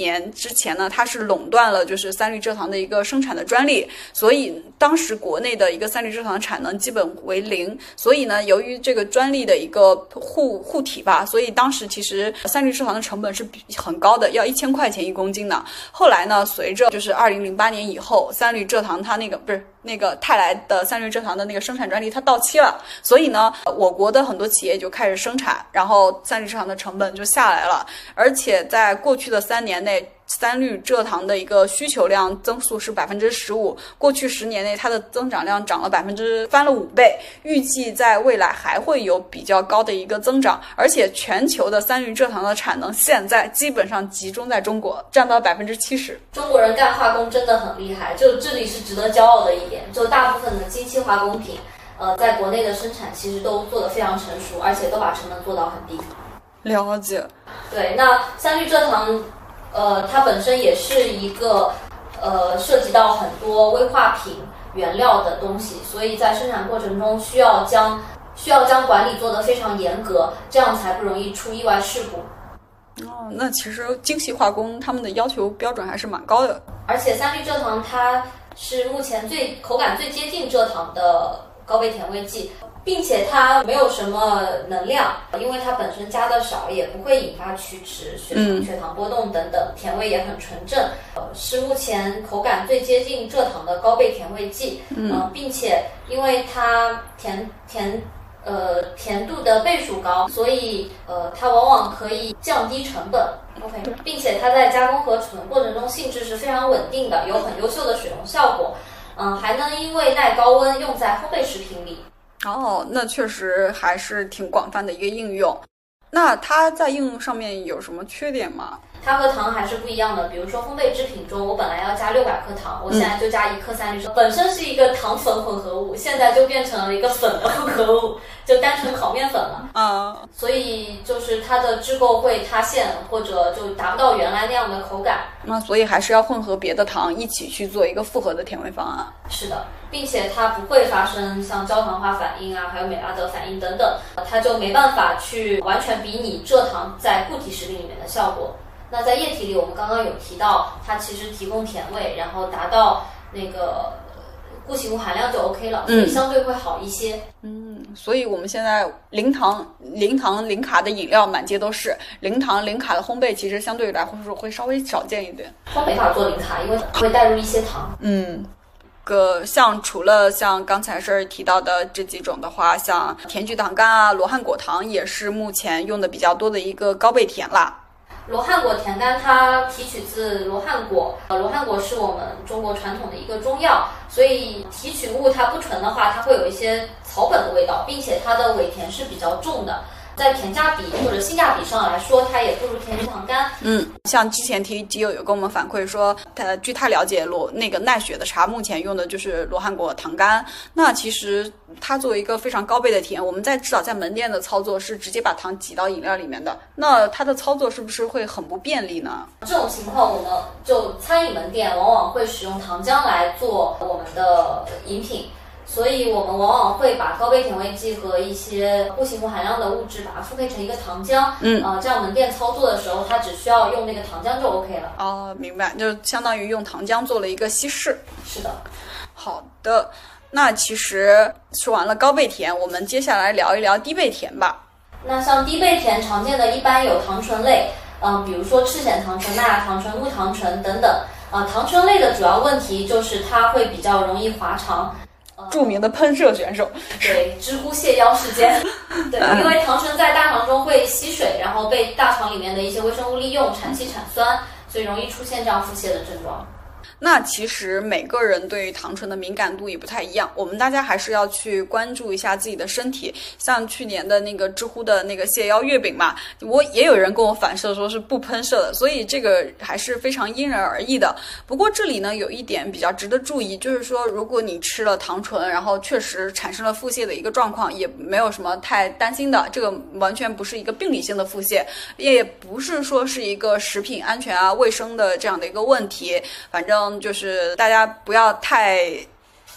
之前呢，它是垄断了就是三氯蔗糖的一个生产的专利，所以当时国内的一个三氯蔗糖产能基本为零。所以呢，由于这个专利的一个护护体吧，所以当时其实三氯蔗糖的成本是很高的，要一千块钱一公斤呢。后来呢，随着就是二零零八年以后，三氯蔗糖它那个不是那个泰来的三氯蔗糖的那个生产专利它到期了，所以呢，我国的很多企业就开始生产，然后三氯蔗糖的成本就下来了。而且在过去的三年内，三氯蔗糖的一个需求量增速是百分之十五，过去十年内它的增长量涨了百分之翻了五倍，预计在未来还会有比较高的一个增长。而且全球的三氯蔗糖的产能现在基本上集中在中国，占到百分之七十。 中国人干化工真的很厉害，就这里是值得骄傲的一点，就大部分的精细化工品，呃，在国内的生产其实都做得非常成熟，而且都把成本做到很低。 了解。 对，那三氯蔗糖。呃，它本身也是一个呃涉及到很多危化品原料的东西，所以在生产过程中需要将需要将管理做得非常严格，这样才不容易出意外事故。 哦，那其实精细化工他们的要求标准还是蛮高的。 而且三氯蔗糖它是目前最口感最接近蔗糖的高倍甜味剂，并且它没有什么能量，因为它本身加的少，也不会引发龋齿、血糖、血糖波动等等，甜味也很纯正，呃，是目前口感最接近蔗糖的高倍甜味剂。嗯、呃，并且因为它甜甜呃甜度的倍数高，所以呃它往往可以降低成本。OK， 并且它在加工和储存过程中性质是非常稳定的，有很优秀的水溶效果。嗯、呃，还能因为耐高温用在烘焙食品里。 哦，那确实还是挺广泛的一个应用。那它在应用上面有什么缺点吗？ 它和糖还是不一样的。比如说烘焙制品中，我本来要加六百克糖，我现在就加一克三氯蔗，本身是一个糖粉混合物，现在就变成了一个粉的混合物，就单纯烤面粉了。 啊、嗯， 所以就是它的制构会塌陷，或者就达不到原来那样的口感。 那所以还是要混合别的糖一起去做一个复合的甜味方案。 是的，并且它不会发生像焦糖化反应啊，还有美拉德反应等等，它就没办法去完全比拟蔗糖在固体食品里面的效果。那在液体里，我们刚刚有提到，它其实提供甜味，然后达到那个固形物含量就 OK 了，所以相对会好一些。 嗯，所以我们现在零糖、零糖、零卡的饮料满街都是，零糖、零卡的烘焙其实相对来说会稍微少见一点。 烘没法做零卡，因为会带入一些糖。 嗯。个像除了像刚才是提到的这几种的话，像甜菊糖苷啊、罗汉果糖也是目前用的比较多的一个高倍甜啦。 罗汉果甜苷它提取自罗汉果，呃，罗汉果是我们中国传统的一个中药，所以提取物它不纯的话，它会有一些草本的味道，并且它的尾甜是比较重的。在甜价比或者性价比上来说，它也不如甜菊糖苷。 嗯，像之前提基友有跟我们反馈说，他据他了解，罗那个奈雪的茶目前用的就是罗汉果糖苷。那其实它作为一个非常高倍的甜，我们在至少在门店的操作是直接把糖挤到饮料里面的，那它的操作是不是会很不便利呢？ 这种情况，我们就餐饮门店往往会使用糖浆来做我们的饮品。所以我们往往会把高倍甜味剂和一些固形物含量的物质把它复配成一个糖浆，嗯，呃，这样门店操作的时候，它只需要用那个糖浆就 OK 了。 哦，明白，就相当于用糖浆做了一个稀释。 是的。 好的，那其实说完了高倍甜，我们接下来聊一聊低倍甜吧。 那像低倍甜常见的一般有糖醇类，嗯、呃，比如说赤藓糖醇、麦芽糖醇、木糖醇等等。啊、呃，糖醇类的主要问题就是它会比较容易滑肠。 著名的喷射选手， 对，知乎泻药事件，对，因为糖醇在大肠中会吸水，然后被大肠里面的一些微生物利用，产气产酸，所以容易出现这样腹泻的症状。 那其实每个人对于糖醇的敏感度也不太一样，我们大家还是要去关注一下自己的身体。像去年的那个知乎的那个泻药月饼嘛，我也有人跟我反射说是不喷射的，所以这个还是非常因人而异的。不过这里呢有一点比较值得注意，就是说如果你吃了糖醇，然后确实产生了腹泻的一个状况，也没有什么太担心的，这个完全不是一个病理性的腹泻，也不是说是一个食品安全啊卫生的这样的一个问题，反正就是大家不要太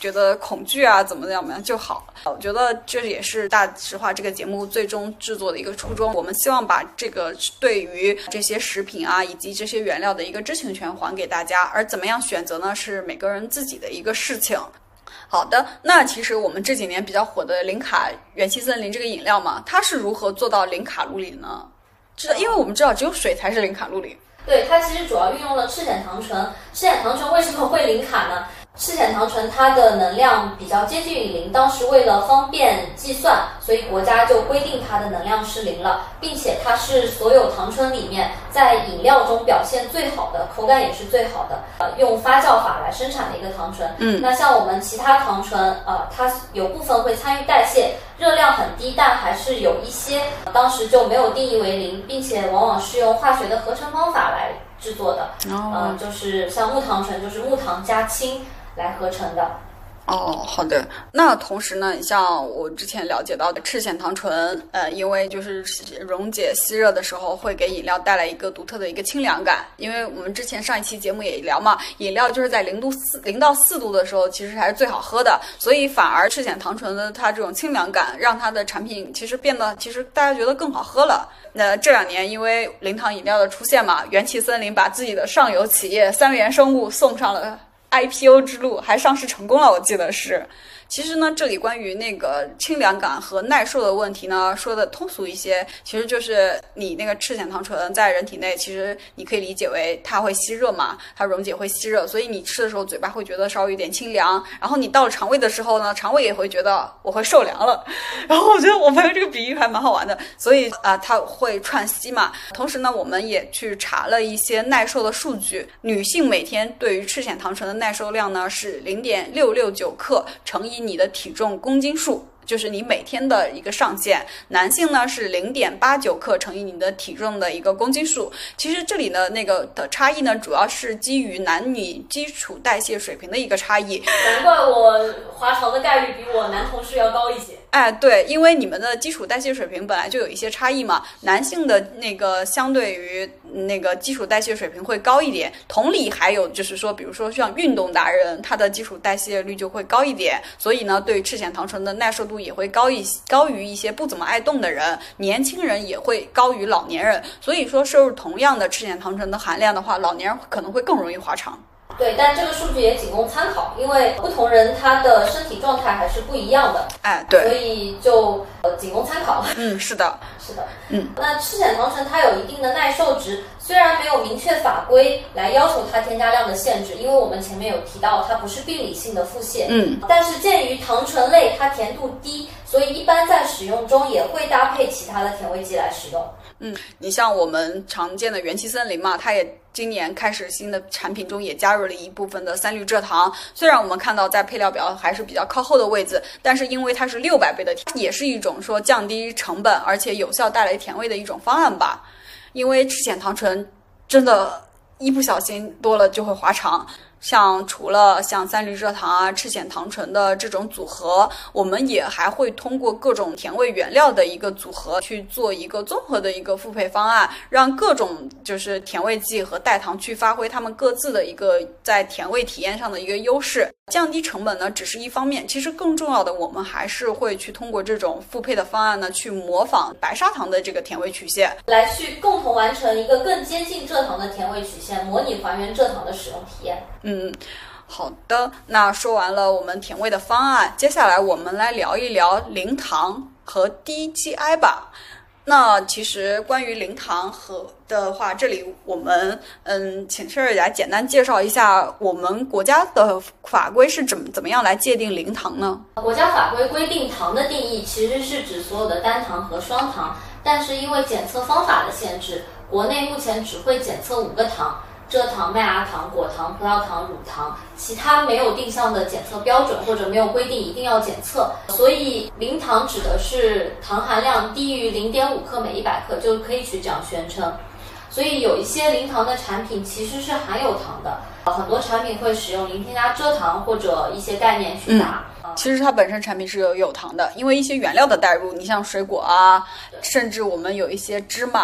觉得恐惧啊怎么怎么样就好了。我觉得这也是大实话这个节目最终制作的一个初衷，我们希望把这个对于这些食品啊以及这些原料的一个知情权还给大家，而怎么样选择呢，是每个人自己的一个事情。好的，那其实我们这几年比较火的零卡元气森林这个饮料嘛，它是如何做到零卡路里呢？因为我们知道只有水才是零卡路里。 对，它其实主要运用了赤藓糖醇。赤藓糖醇为什么会零卡呢？赤藓糖醇它的能量比较接近于零，当时为了方便计算，所以国家就规定它的能量是零了，并且它是所有糖醇里面在饮料中表现最好的，口感也是最好的，呃，用发酵法来生产的一个糖醇。 嗯， 那像我们其他糖醇，呃，它有部分会参与代谢，热量很低，但还是有一些，当时就没有定义为零，并且往往是用化学的合成方法来制作的。 哦， 呃，就是像木糖醇，就是木糖加氢来合成的。 哦，好的。那同时呢，你像我之前了解到的赤藓糖醇，呃，因为就是溶解吸热的时候，会给饮料带来一个独特的一个清凉感。因为我们之前上一期节目也聊嘛，饮料就是在零度四零到四度的时候，其实还是最好喝的。所以反而赤藓糖醇的它这种清凉感，让它的产品其实变得其实大家觉得更好喝了。那这两年因为零糖饮料的出现嘛，元气森林把自己的上游企业三元生物送上了I P O 之路，还上市成功了，我记得是。其实呢，这里关于那个清凉感和耐受的问题呢，说的通俗一些，其实就是你那个赤藓糖醇在人体内，其实你可以理解为它会吸热嘛，它溶解会吸热，所以你吃的时候嘴巴会觉得稍微有点清凉，然后你到了肠胃的时候呢，肠胃也会觉得我会受凉了。然后我觉得我朋友这个比喻还蛮好玩的，所以啊、呃，它会串吸嘛。同时呢，我们也去查了一些耐受的数据，女性每天对于赤藓糖醇的耐受量呢是零点六六九克乘以你的体重公斤数，就是你每天的一个上限。男性呢是零点八九克乘以你的体重的一个公斤数。其实这里的那个的差异呢，主要是基于男女基础代谢水平的一个差异。 难怪我滑床的概率比我男同事要高一些。 哎，对，因为你们的基础代谢水平本来就有一些差异嘛，男性的那个相对于那个基础代谢水平会高一点，同理还有就是说，比如说像运动达人，他的基础代谢率就会高一点，所以呢，对赤藓糖醇的耐受度也会高一高于一些不怎么爱动的人，年轻人也会高于老年人，所以说摄入同样的赤藓糖醇的含量的话，老年人可能会更容易滑肠。 对，但这个数据也仅供参考，因为不同人他的身体状态还是不一样的。 哎，对， 所以就呃仅供参考。 嗯，是的， 是的， 嗯。 那赤藓糖醇它有一定的耐受值，虽然没有明确法规来要求它添加量的限制，因为我们前面有提到它不是病理性的腹泻。 嗯。 但是鉴于糖醇类它甜度低，所以一般在使用中也会搭配其他的甜味剂来使用。 嗯，你像我们常见的元气森林嘛，它也今年开始新的产品中也加入了一部分的三氯蔗糖。虽然我们看到在配料表还是比较靠后的位置，但是因为它是六百倍的甜，也是一种说降低成本而且有效带来甜味的一种方案吧。因为赤藓糖醇真的，一不小心多了就会滑肠。像除了像三氯蔗糖啊、赤藓糖醇的这种组合，我们也还会通过各种甜味原料的一个组合去做一个综合的一个复配方案，让各种就是甜味剂和代糖去发挥它们各自的一个在甜味体验上的一个优势。降低成本呢只是一方面，其实更重要的我们还是会去通过这种复配的方案呢去模仿白砂糖的这个甜味曲线， 来去共同完成一个更接近蔗糖的甜味曲线，模拟还原蔗糖的使用体验。 嗯，好的，那说完了我们甜味的方案，接下来我们来聊一聊零糖和低 G I 吧。那其实关于零糖和的话，这里我们嗯，请事儿来简单介绍一下我们国家的法规是怎么怎么样来界定零糖呢？ 国家法规规定糖的定义其实是指所有的单糖和双糖，但是因为检测方法的限制，国内目前只会检测五个糖。蔗糖、麦芽糖、果糖、葡萄糖、乳糖，其他没有定向的检测标准或者没有规定一定要检测，所以零糖指的是糖含量低于 零点五克每一百克，就可以去这样宣称。所以有一些零糖的产品其实是含有糖的，很多产品会使用零添加蔗糖或者一些概念去打。 嗯，其实它本身产品是有有糖的，因为一些原料的带入，你像水果啊，甚至我们有一些芝麻。它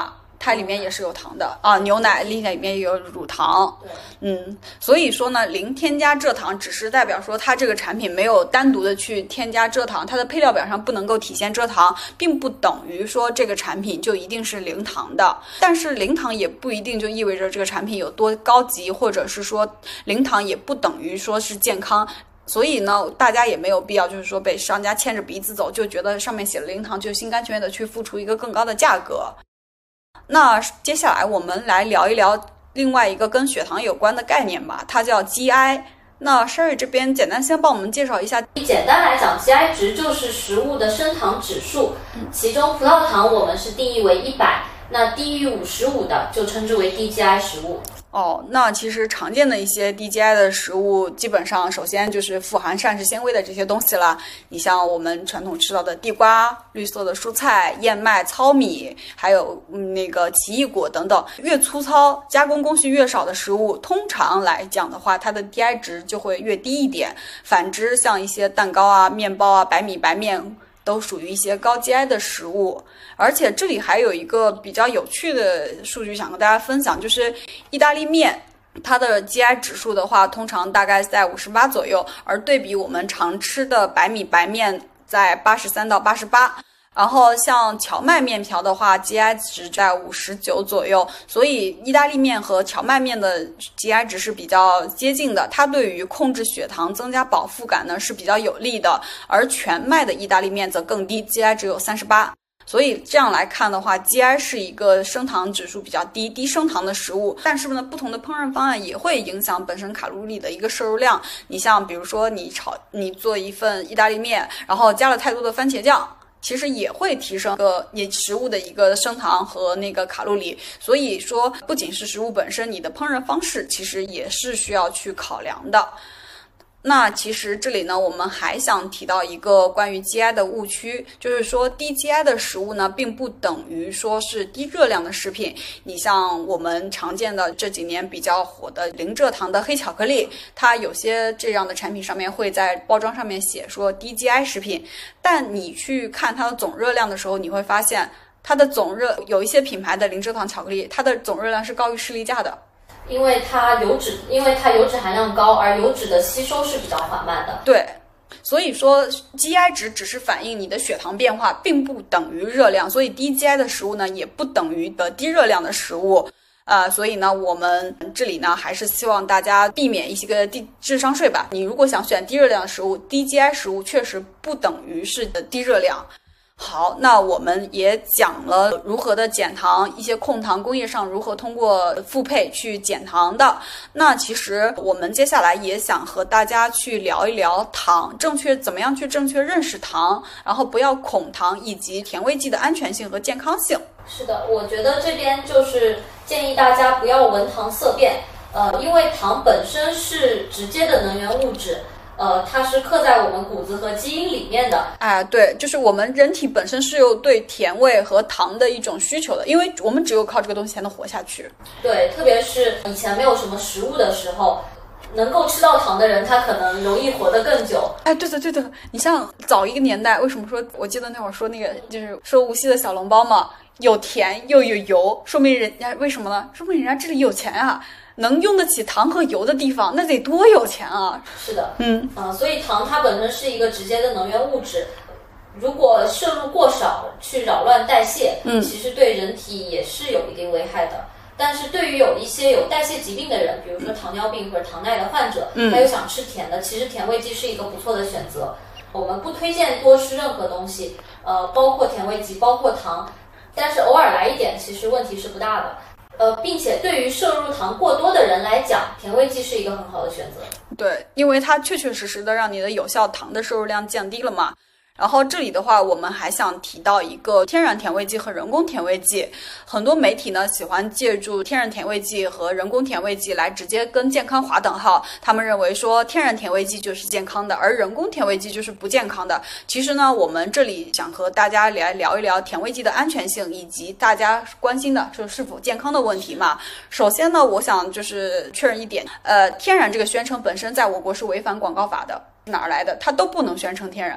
它里面也是有糖的啊，牛奶里面也有乳糖。 对， 嗯，所以说呢，零添加蔗糖只是代表说它这个产品没有单独的去添加蔗糖，它的配料表上不能够体现蔗糖，并不等于说这个产品就一定是零糖的。但是零糖也不一定就意味着这个产品有多高级，或者是说零糖也不等于说是健康。所以呢，大家也没有必要就是说被商家牵着鼻子走，就觉得上面写了零糖就心甘情愿的去付出一个更高的价格。那接下来我们来聊一聊另外一个跟血糖有关的概念吧，它叫 G I。 那 Sherry 这边简单先帮我们介绍一下。 简单来讲 G I 值就是食物的升糖指数，其中葡萄糖我们是定义为一百，那低于五十五的就称之为低 G I 食物。 哦，那其实常见的一些低 G I 的食物，基本上首先就是富含膳食纤维的这些东西啦。你像我们传统吃到的地瓜、绿色的蔬菜、燕麦、糙米，还有、嗯、那个奇异果等等，越粗糙、加工工序越少的食物，通常来讲的话，它的 D I 值就会越低一点。反之，像一些蛋糕啊、面包啊、白米白面，都属于一些高 G I 的食物。而且这里还有一个比较有趣的数据想跟大家分享，就是意大利面它的 G I 指数的话，通常大概在五十八左右，而对比我们常吃的白米白面在八十三到八十八。然后像荞麦面条的话 G I 值在五十九左右，所以意大利面和荞麦面的 G I 值是比较接近的，它对于控制血糖、增加饱腹感呢是比较有利的。而全麦的意大利面则更低， G I 只有三十八。所以这样来看的话 G I 是一个升糖指数比较低、低升糖的食物。但是呢，不同的烹饪方案也会影响本身卡路里的一个摄入量。你像比如说你炒你做一份意大利面，然后加了太多的番茄酱，其实也会提升个你食物的一个升糖和那个卡路里。所以说不仅是食物本身，你的烹饪方式其实也是需要去考量的。那其实这里呢，我们还想提到一个关于 G I 的误区，就是说低 G I 的食物呢，并不等于说是低热量的食品。你像我们常见的这几年比较火的零蔗糖的黑巧克力，它有些这样的产品上面会在包装上面写说低 G I 食品，但你去看它的总热量的时候，你会发现它的总热有一些品牌的零蔗糖巧克力，它的总热量是高于士力架的。 因为它油脂，因为它油脂含量高，而油脂的吸收是比较缓慢的。 对，所以说 G I 值只是反映你的血糖变化，并不等于热量。所以低 G I 的食物呢，也不等于的低热量的食物。呃，所以呢，我们这里呢，还是希望大家避免一些个低智商税吧。你如果想选低热量的食物，低 G I 食物确实不等于是低热量。好，那我们也讲了如何的减糖，一些控糖工业上如何通过复配去减糖的。那其实我们接下来也想和大家去聊一聊糖，正确怎么样去正确认识糖，然后不要恐糖，以及甜味剂的安全性和健康性。 是的，我觉得这边就是建议大家不要闻糖色变，呃，因为糖本身是直接的能源物质。呃，它是刻在我们骨子和基因里面的。 哎，对，就是我们人体本身是有对甜味和糖的一种需求的，因为我们只有靠这个东西才能活下去。 对，特别是以前没有什么食物的时候，能够吃到糖的人，他可能容易活得更久。 哎，对的对的，你像早一个年代，为什么说我记得那会儿说那个就是说无锡的小笼包嘛，有甜又有油，说明人家为什么呢？说明人家这里有钱啊。能用得起糖和油的地方，那得多有钱啊！ 是的， 嗯啊、呃，所以糖它本身是一个直接的能源物质，如果摄入过少，去扰乱代谢， 嗯， 其实对人体也是有一定危害的。但是对于有一些有代谢疾病的人，比如说糖尿病或者糖耐的患者， 嗯， 他又想吃甜的，其实甜味剂是一个不错的选择。我们不推荐多吃任何东西，呃，包括甜味剂，包括糖，但是偶尔来一点，其实问题是不大的。呃，并且对于摄入糖过多的人来讲，甜味剂是一个很好的选择。 对，因为它确确实实的让你的有效糖的摄入量降低了嘛。然后这里的话，我们还想提到一个天然甜味剂和人工甜味剂。很多媒体呢喜欢借助天然甜味剂和人工甜味剂来直接跟健康划等号。他们认为说天然甜味剂就是健康的，而人工甜味剂就是不健康的。其实呢，我们这里想和大家来聊一聊甜味剂的安全性，以及大家关心的就是是否健康的问题嘛。首先呢，我想就是确认一点，呃，天然这个宣称本身在我国是违反广告法的。哪儿来的？它都不能宣称天然。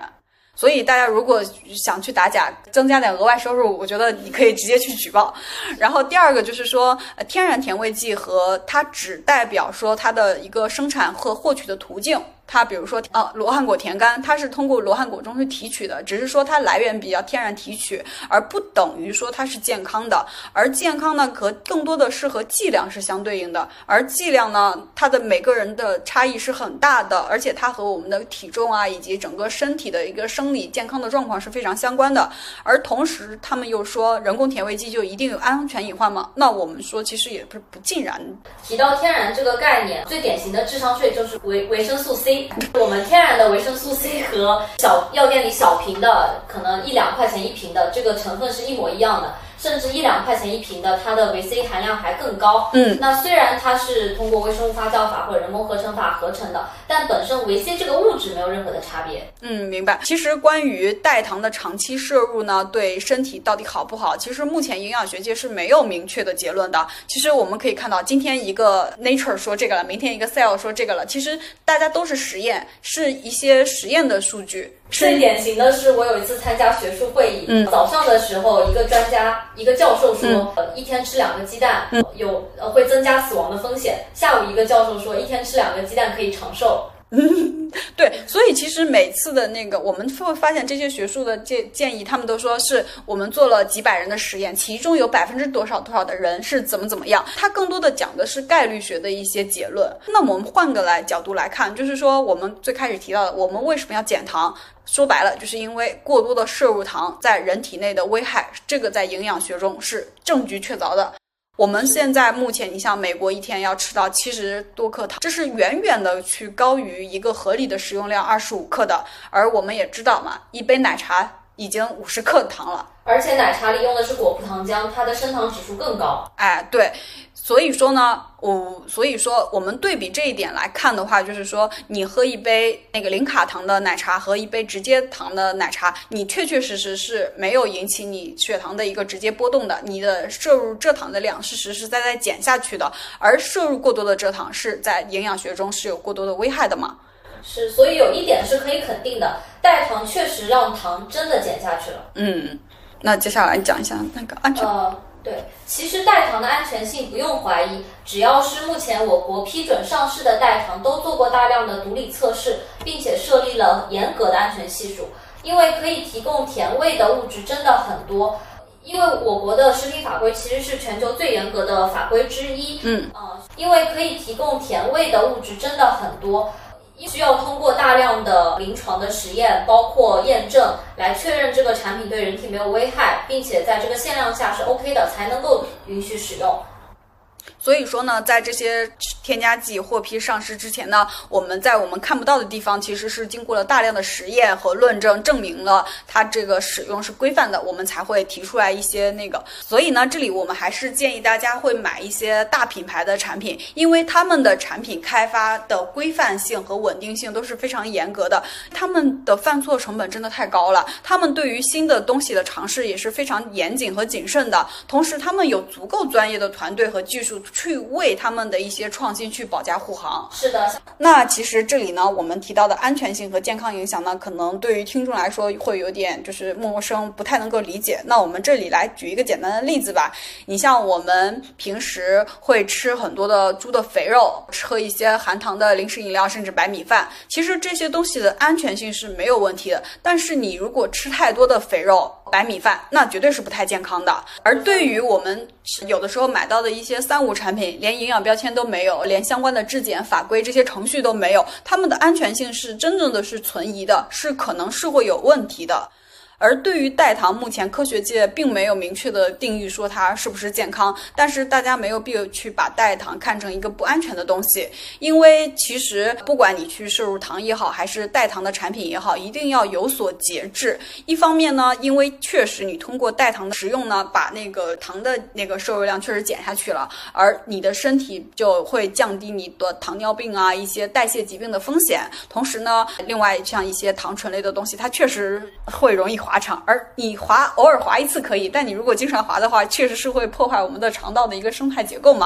所以大家如果想去打假，增加点额外收入，我觉得你可以直接去举报。然后第二个就是说，呃，天然甜味剂和它只代表说它的一个生产和获取的途径。它比如说呃罗汉果甜苷，它是通过罗汉果中去提取的，只是说它来源比较天然提取，而不等于说它是健康的。而健康呢，可更多的是和剂量是相对应的，而剂量呢，它的每个人的差异是很大的，而且它和我们的体重啊以及整个身体的一个生理健康的状况是非常相关的。而同时他们又说人工甜味剂就一定有安全隐患吗？那我们说其实也不是不尽然。 提到天然这个概念，最典型的智商税就是维维生素 C。我们天然的维生素 C 和小药店里小瓶的可能一两块钱一瓶的这个成分是一模一样的，甚至一两块钱一瓶的它的维 C 含量还更高。 嗯， 那虽然它是通过微生物发酵法或者人工合成法合成的，但本身维 C 这个物质没有任何的差别。 嗯，明白。其实关于代糖的长期摄入呢，对身体到底好不好，其实目前营养学界是没有明确的结论的。其实我们可以看到，今天一个 Nature 说这个了，明天一个 Cell 说这个了，其实大家都是实验，是一些实验的数据。 最典型的是，我有一次参加学术会议，嗯，早上的时候，一个专家、一个教授说，嗯呃、一天吃两个鸡蛋，嗯、有呃会增加死亡的风险。下午一个教授说，一天吃两个鸡蛋可以长寿。 对，所以其实每次的那个，我们会发现这些学术的建建议，他们都说是我们做了几百人的实验，其中有百分之多少多少的人是怎么怎么样，它更多的讲的是概率学的一些结论。那么我们换个来角度来看，就是说我们最开始提到的，我们为什么要减糖？说白了，就是因为过多的摄入糖在人体内的危害，这个在营养学中是证据确凿的。我们现在目前，你像美国一天要吃到七十多克糖，这是远远的去高于一个合理的食用量二十五克的。而我们也知道嘛，一杯奶茶已经五十克糖了， 而且奶茶里用的是果葡糖浆，它的升糖指数更高。 哎，对。所以说呢，我所以说我们对比这一点来看的话，就是说你喝一杯那个零卡糖的奶茶和一杯直接糖的奶茶，你确确实实是没有引起你血糖的一个直接波动的，你的摄入蔗糖的量是实实在在减下去的，而摄入过多的蔗糖是在营养学中是有过多的危害的嘛。 是，所以有一点是可以肯定的，代糖确实让糖真的减下去了。 嗯，那接下来讲一下那个安全。 呃对，其实代糖的安全性不用怀疑，只要是目前我国批准上市的代糖都做过大量的毒理测试，并且设立了严格的安全系数。因为可以提供甜味的物质真的很多，因为我国的食品法规其实是全球最严格的法规之一。 嗯， 呃，因为可以提供甜味的物质真的很多。需要通过大量的临床的实验，包括验证，来确认这个产品对人体没有危害，并且在这个限量下是 OK 的，才能够允许使用。 所以说呢，在这些添加剂获批上市之前呢，我们在我们看不到的地方其实是经过了大量的实验和论证，证明了它这个使用是规范的，我们才会提出来一些那个。所以呢，这里我们还是建议大家会买一些大品牌的产品，因为他们的产品开发的规范性和稳定性都是非常严格的，他们的犯错成本真的太高了，他们对于新的东西的尝试也是非常严谨和谨慎的，同时他们有足够专业的团队和技术去为他们的一些创新去保驾护航。 是的。 那其实这里呢，我们提到的安全性和健康影响呢，可能对于听众来说会有点就是陌生，不太能够理解。那我们这里来举一个简单的例子吧。你像我们平时会吃很多的猪的肥肉，喝一些含糖的零食饮料，甚至白米饭，其实这些东西的安全性是没有问题的。但是你如果吃太多的肥肉、白米饭，那绝对是不太健康的。而对于我们有的时候买到的一些三无产品，连营养标签都没有，连相关的质检法规这些程序都没有，他们的安全性是真正的是存疑的，是可能是会有问题的。而对于代糖，目前科学界并没有明确的定义说它是不是健康，但是大家没有必要去把代糖看成一个不安全的东西，因为其实不管你去摄入糖也好，还是代糖的产品也好，一定要有所节制。一方面呢，因为确实你通过代糖的食用呢，把那个糖的那个摄入量确实减下去了，而你的身体就会降低你的糖尿病啊一些代谢疾病的风险。同时呢，另外像一些糖醇类的东西，它确实会容易滑肠，而你滑偶尔滑一次可以，但你如果经常滑的话，确实是会破坏我们的肠道的一个生态结构嘛。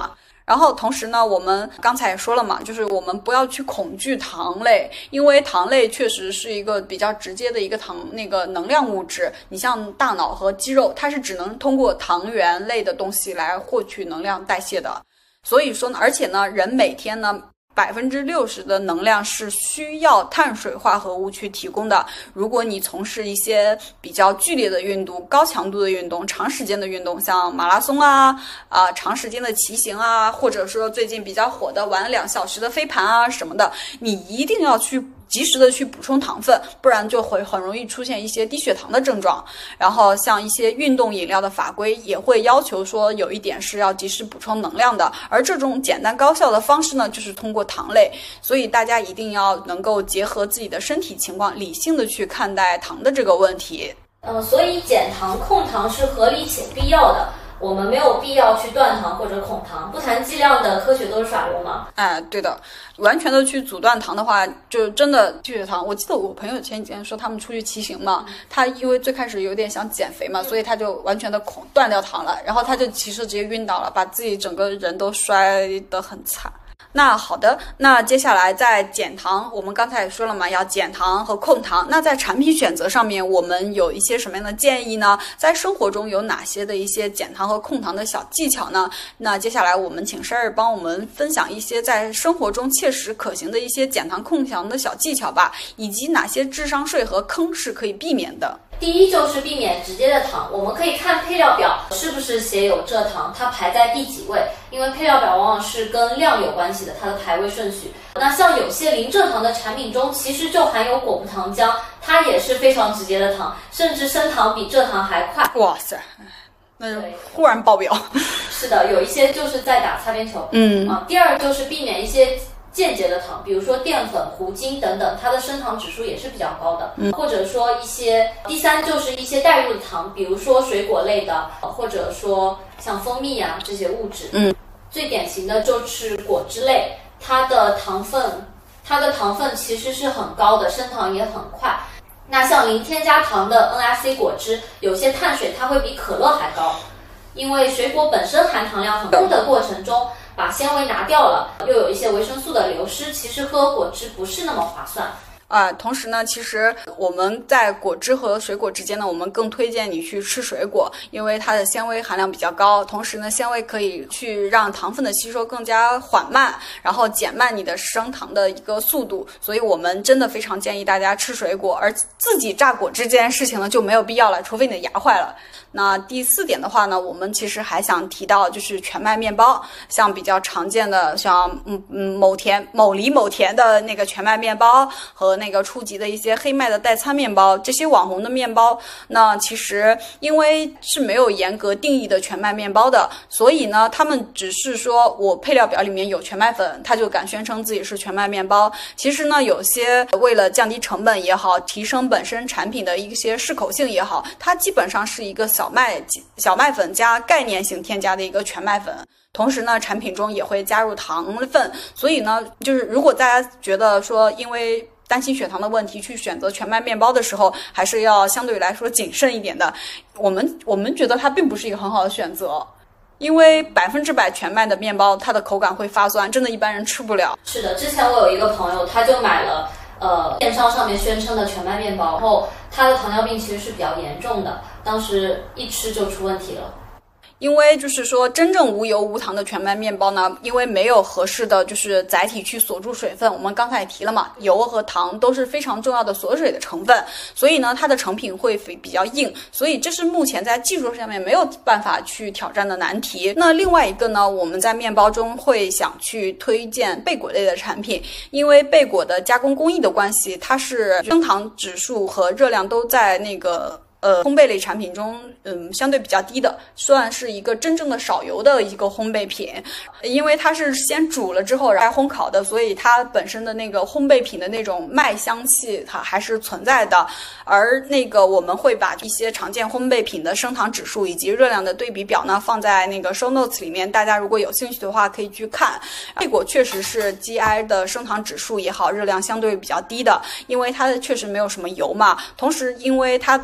然后同时呢，我们刚才也说了嘛，就是我们不要去恐惧糖类，因为糖类确实是一个比较直接的一个糖那个能量物质。你像大脑和肌肉，它是只能通过糖原类的东西来获取能量代谢的。所以说呢，而且呢，人每天呢百分之六十的能量是需要碳水化合物去提供的。如果你从事一些比较剧烈的运动、高强度的运动、长时间的运动，像马拉松啊、啊、呃、长时间的骑行啊，或者说最近比较火的玩两小时的飞盘啊什么的，你一定要去及时的去补充糖分，不然就会很容易出现一些低血糖的症状。然后像一些运动饮料的法规也会要求说有一点是要及时补充能量的，而这种简单高效的方式呢，就是通过糖类。所以大家一定要能够结合自己的身体情况，理性的去看待糖的这个问题。 嗯，所以减糖控糖是合理且必要的。我们没有必要去断糖或者控糖，不谈剂量的科学都是耍流氓。 哎，对的，完全的去阻断糖的话，就真的低血糖。我记得我朋友前几天说他们出去骑行嘛，他因为最开始有点想减肥嘛，所以他就完全的控断掉糖了，然后他就骑车直接晕倒了，把自己整个人都摔得很惨。那好的，那接下来在减糖，我们刚才也说了嘛，要减糖和控糖。那在产品选择上面，我们有一些什么样的建议呢？在生活中有哪些的一些减糖和控糖的小技巧呢？那接下来我们请 Sherry 帮我们分享一些在生活中切实可行的一些减糖控糖的小技巧吧，以及哪些智商税和坑是可以避免的。 第一就是避免直接的糖，我们可以看配料表是不是写有蔗糖，它排在第几位，因为配料表往往是跟量有关系的，它的排位顺序。那像有些零蔗糖的产品中，其实就含有果葡糖浆，它也是非常直接的糖，甚至升糖比蔗糖还快。 哇塞，那就忽然爆表。 是的，有一些就是在打擦边球。 嗯啊，第二就是避免一些间接的糖，比如说淀粉、糊精等等，它的升糖指数也是比较高的。嗯，或者说一些，第三就是一些代入的糖，比如说水果类的，或者说像蜂蜜啊这些物质。 嗯， 最典型的就是果汁类，它的糖分，它的糖分其实是很高的，升糖也很快。那像零添加糖的 N F C 果汁，有些碳水它会比可乐还高，因为水果本身含糖量很高的过程中，把纤维拿掉了，又有一些维生素的流失，其实喝果汁不是那么划算。 啊、呃，同时呢，其实我们在果汁和水果之间呢，我们更推荐你去吃水果，因为它的纤维含量比较高，同时呢，纤维可以去让糖分的吸收更加缓慢，然后减慢你的升糖的一个速度。所以我们真的非常建议大家吃水果，而自己榨果汁这件事情呢就没有必要了，除非你的牙坏了。那第四点的话呢，我们其实还想提到就是全麦面包，像比较常见的像嗯嗯某田某梨某田的那个全麦面包和那个初级的一些黑麦的代餐面包，这些网红的面包，那其实因为是没有严格定义的全麦面包的，所以呢，他们只是说我配料表里面有全麦粉，他就敢宣称自己是全麦面包。其实呢，有些为了降低成本也好，提升本身产品的一些适口性也好，它基本上是一个小麦小麦粉加概念性添加的一个全麦粉。同时呢，产品中也会加入糖分，所以呢，就是如果大家觉得说因为担心血糖的问题去选择全麦面包的时候，还是要相对来说谨慎一点的。我们我们觉得它并不是一个很好的选择，因为百分之百全麦的面包，它的口感会发酸，真的一般人吃不了。 是的，之前我有一个朋友，他就买了呃电商上面宣称的全麦面包，然后他的糖尿病其实是比较严重的，当时一吃就出问题了。 因为就是说真正无油无糖的全麦面包呢，因为没有合适的就是载体去锁住水分，我们刚才也提了嘛，油和糖都是非常重要的锁水的成分，所以呢它的成品会比较硬，所以这是目前在技术上面没有办法去挑战的难题。那另外一个呢，我们在面包中会想去推荐贝果类的产品，因为贝果的加工工艺的关系，它是升糖指数和热量都在那个呃，烘焙类产品中，嗯，相对比较低的，算是一个真正的少油的一个烘焙品。因为它是先煮了之后然后烘烤的，所以它本身的那个烘焙品的那种麦香气它还是存在的。而那个我们会把一些常见烘焙品的升糖指数以及热量的对比表呢放在那个 show notes 里面，大家如果有兴趣的话可以去看。贝果确实是 G I 的升糖指数也好，热量相对比较低的，因为它确实没有什么油嘛。同时因为它的工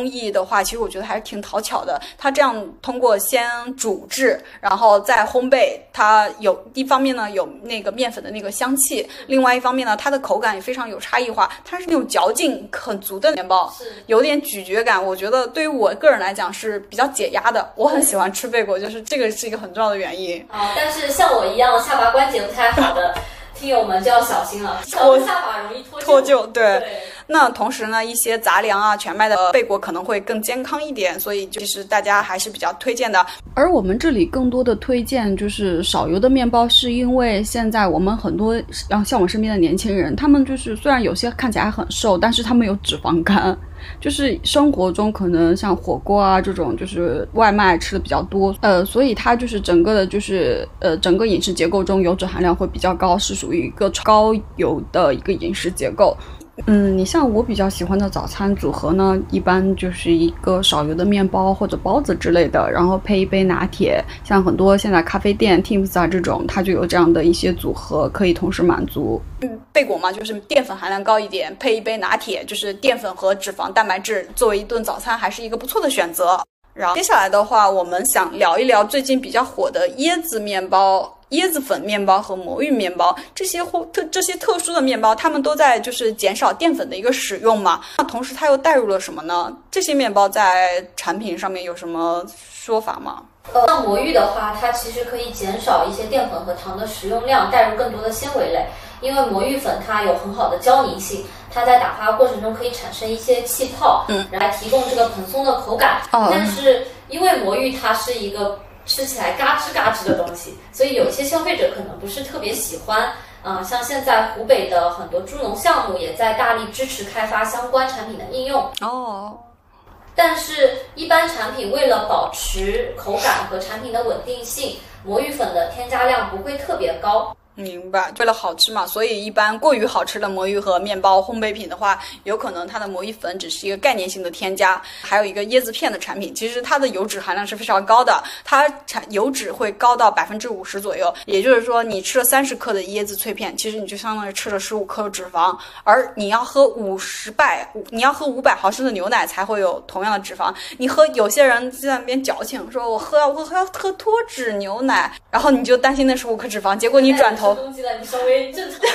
工艺的话，其实我觉得还是挺讨巧的。它这样通过先煮制，然后再烘焙，它有一方面呢有那个面粉的那个香气，另外一方面呢它的口感也非常有差异化，它是那种嚼劲很足的面包，有点咀嚼感。我觉得对于我个人来讲是比较解压的，我很喜欢吃贝果，就是这个是一个很重要的原因。 啊，但是像我一样下巴关节不太好的听友们就要小心了， 脱下巴容易脱脱臼。对， 对。 那同时呢，一些杂粮啊、全麦的贝果可能会更健康一点，所以其实大家还是比较推荐的。 而我们这里更多的推荐就是少油的面包，是因为现在我们很多像我身边的年轻人，他们就是虽然有些看起来很瘦，但是他们有脂肪肝。就是生活中可能像火锅啊这种就是外卖吃的比较多，呃，所以它就是整个的就是呃整个饮食结构中油脂含量会比较高，是属于一个高油的一个饮食结构。嗯，你像我比较喜欢的早餐组合呢，一般就是一个少油的面包或者包子之类的，然后配一杯拿铁。像很多现在咖啡店 Teams 啊这种，它就有这样的一些组合，可以同时满足。 嗯，贝果嘛，就是淀粉含量高一点，配一杯拿铁，就是淀粉和脂肪、蛋白质，作为一顿早餐还是一个不错的选择。然后接下来的话，我们想聊一聊最近比较火的椰子面包、椰子粉面包和魔芋面包，这些或特这些特殊的面包，它们都在就是减少淀粉的一个使用嘛。那同时它又带入了什么呢？这些面包在产品上面有什么说法吗？ 呃，像魔芋的话，它其实可以减少一些淀粉和糖的食用量，带入更多的纤维类。因为魔芋粉它有很好的胶凝性，它在打发过程中可以产生一些气泡，嗯，来提供这个蓬松的口感。哦、但是因为魔芋它是一个吃起来嘎吱嘎吱的东西，所以有些消费者可能不是特别喜欢。嗯、呃，像现在湖北的很多猪农项目也在大力支持开发相关产品的应用。 哦。 但是，一般产品为了保持口感和产品的稳定性，魔芋粉的添加量不会特别高。 明白，为了好吃嘛，所以一般过于好吃的魔芋和面包烘焙品的话，有可能它的魔芋粉只是一个概念性的添加。还有一个椰子片的产品，其实它的油脂含量是非常高的，它产油脂会高到百分之五十左右。也就是说，你吃了三十克的椰子脆片，其实你就相当于吃了十五克的脂肪，而你要喝五十百，你要喝五百毫升的牛奶才会有同样的脂肪。你喝有些人在那边矫情，说我喝要我喝要喝脱脂牛奶，然后你就担心那十五克脂肪，结果你转头。 攻击了，你稍微正常。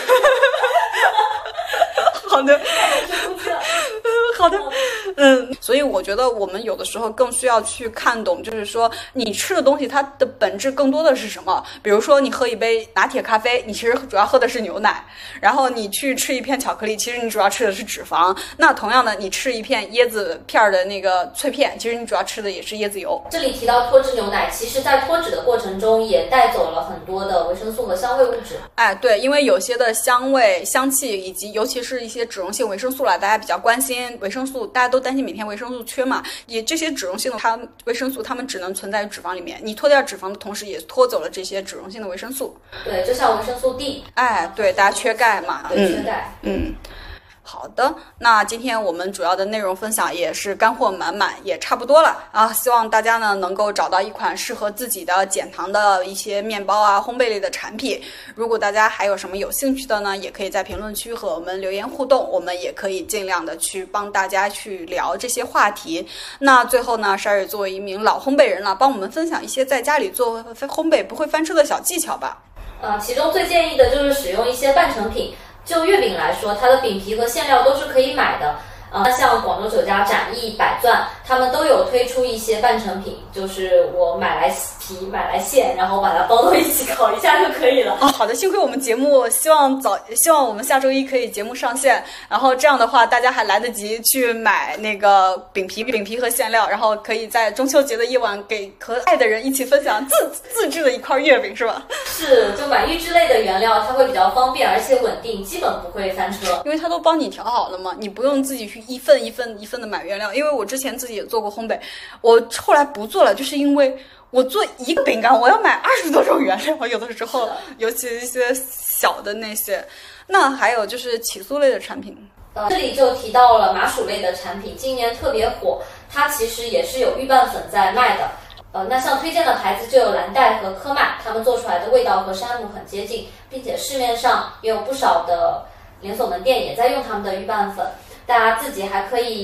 好的，好的，嗯，所以我觉得我们有的时候更需要去看懂，就是说你吃的东西它的本质更多的是什么。比如说你喝一杯拿铁咖啡，你其实主要喝的是牛奶，然后你去吃一片巧克力，其实你主要吃的是脂肪。那同样的，你吃一片椰子片的那个脆片，其实你主要吃的也是椰子油。 这里提到脱脂牛奶，其实在脱脂的过程中也带走了很多的维生素和香味物质。 哎，对，因为有些的香味、香气以及尤其是一些脂溶性维生素啦，大家比较关心维生素，大家都担心每天维生素缺嘛。也这些脂溶性的它维生素，它们只能存在于脂肪里面。你脱掉脂肪的同时，也脱走了这些脂溶性的维生素。 对，就像维生素 D。 哎，对，大家缺钙嘛。 对，缺钙。 嗯。好的，那今天我们主要的内容分享也是干货满满，也差不多了啊。希望大家呢能够找到一款适合自己的减糖的一些面包啊、烘焙类的产品。如果大家还有什么有兴趣的呢，也可以在评论区和我们留言互动，我们也可以尽量的去帮大家去聊这些话题。那最后呢，Sherry作为一名老烘焙人了，帮我们分享一些在家里做烘焙不会翻车的小技巧吧。 呃，其中最建议的就是使用一些半成品。就月饼来说，它的饼皮和馅料都是可以买的。呃，像广州酒家、展翼、百钻，他们都有推出一些半成品，就是我买来皮、买来馅，然后把它包到一起烤一下就可以了。 哦，好的，幸亏我们节目，希望早，希望我们下周一可以节目上线，然后这样的话，大家还来得及去买那个饼皮、饼皮和馅料，然后可以在中秋节的夜晚给和爱的人一起分享自自制的一块月饼，是吧？ 是，就买预制类的原料，它会比较方便，而且稳定，基本不会翻车， 因为它都帮你调好了嘛，你不用自己去一份一份一份的买原料。因为我之前自己也做过烘焙，我后来不做了，就是因为我做一个饼干我要买二十多种原料，有的时候尤其一些小的那些。那还有就是起酥类的产品， 呃，这里就提到了麻薯类的产品，今年特别火，它其实也是有预拌粉在卖的。呃，那像推荐的牌子就有蓝带和科麦，他们做出来的味道和山姆很接近，并且市面上也有不少的连锁门店也在用他们的预拌粉，大家自己还可以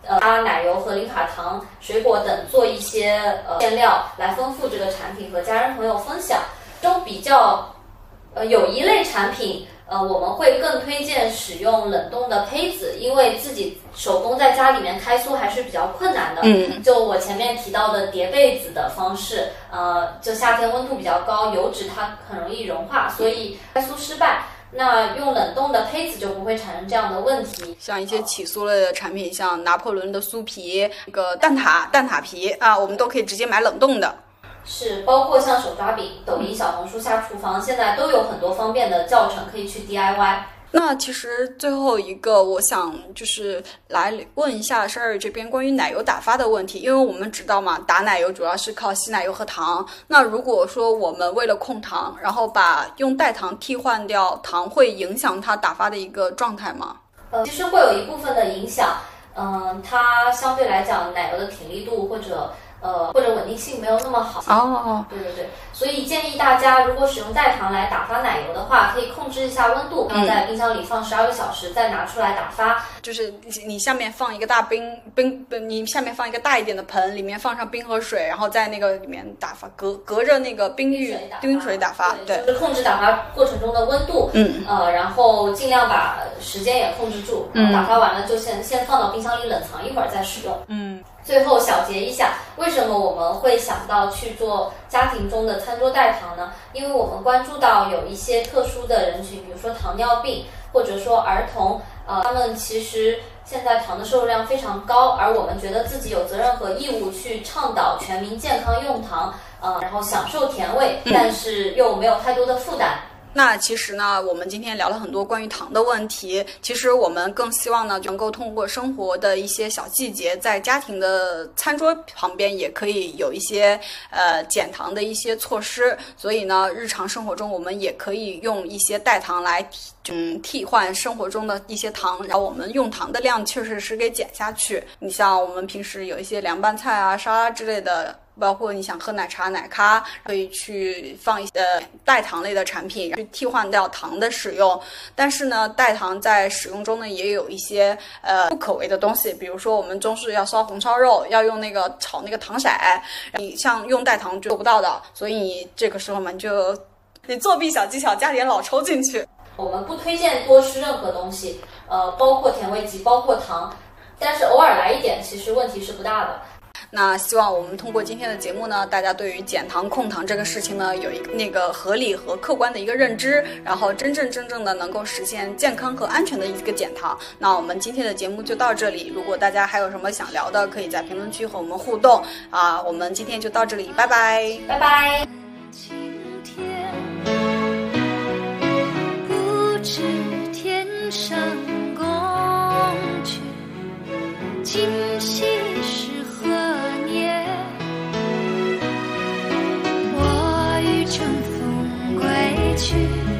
呃加奶油和零卡糖、水果等做一些呃馅料来丰富这个产品，和家人朋友分享。中比较呃有一类产品。呃，我们会更推荐使用冷冻的胚子，因为自己手工在家里面开酥还是比较困难的。 嗯， 就我前面提到的叠被子的方式，呃，就夏天温度比较高，油脂它很容易融化，所以开酥失败。那用冷冻的胚子就不会产生这样的问题。 像一些起酥类的产品，像拿破仑的酥皮、那个蛋挞、蛋挞皮啊，我们都可以直接买冷冻的。 是，包括像手抓饼、抖音、小红书下厨房，现在都有很多方便的教程可以去 D I Y。 那其实最后一个，我想就是来问一下 Sherry 这边关于奶油打发的问题，因为我们知道嘛，打奶油主要是靠稀奶油和糖。那如果说我们为了控糖，然后把用代糖替换掉糖，会影响它打发的一个状态吗？ 呃，其实会有一部分的影响。嗯、呃，它相对来讲，奶油的挺力度或者。呃，或者稳定性没有那么好。 哦， 对对对，所以建议大家，如果使用代糖来打发奶油的话，可以控制一下温度，然后在冰箱里放十二个小时，再拿出来打发。 就是你下面放一个大冰冰，你下面放一个大一点的盆，里面放上冰和水，然后在那个里面打发，隔隔着那个冰浴冰水打发。 对，就是控制打发过程中的温度。 嗯， 呃，然后尽量把时间也控制住。嗯，打发完了就先先放到冰箱里冷藏一会儿再使用。 嗯。 最后小结一下，为什么我们会想到去做家庭中的餐桌代糖呢？因为我们关注到有一些特殊的人群，比如说糖尿病，或者说儿童，呃，他们其实现在糖的摄入量非常高，而我们觉得自己有责任和义务去倡导全民健康用糖，呃，然后享受甜味，但是又没有太多的负担。 那其实呢，我们今天聊了很多关于糖的问题。其实我们更希望呢，能够通过生活的一些小细节，在家庭的餐桌旁边也可以有一些呃减糖的一些措施。所以呢，日常生活中我们也可以用一些代糖来嗯替换生活中的一些糖，然后我们用糖的量确实是给减下去。你像我们平时有一些凉拌菜啊、沙拉之类的。包括你想喝奶茶、奶咖，可以去放一些代糖类的产品，去替换掉糖的使用。但是呢，代糖在使用中呢，也有一些呃不可为的东西，比如说我们中式要烧红烧肉，要用那个炒那个糖色，你像用代糖就做不到的，所以你这个时候嘛，你就你作弊小技巧加点老抽进去。 我们不推荐多吃任何东西，呃，包括甜味剂，包括糖，但是偶尔来一点，其实问题是不大的。 那希望我们通过今天的节目呢，大家对于减糖控糖这个事情呢，有一个那个合理和客观的一个认知，然后真正真正的能够实现健康和安全的一个减糖。那我们今天的节目就到这里，如果大家还有什么想聊的，可以在评论区和我们互动啊。我们今天就到这里，拜拜， 拜拜。 不知天上宫阙，今夕是何年？我欲乘风归去，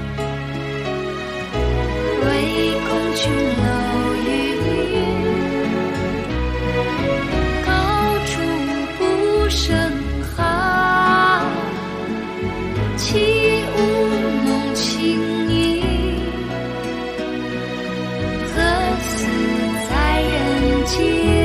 唯恐琼楼玉宇，高处不胜寒。起舞弄清影，何似在人间？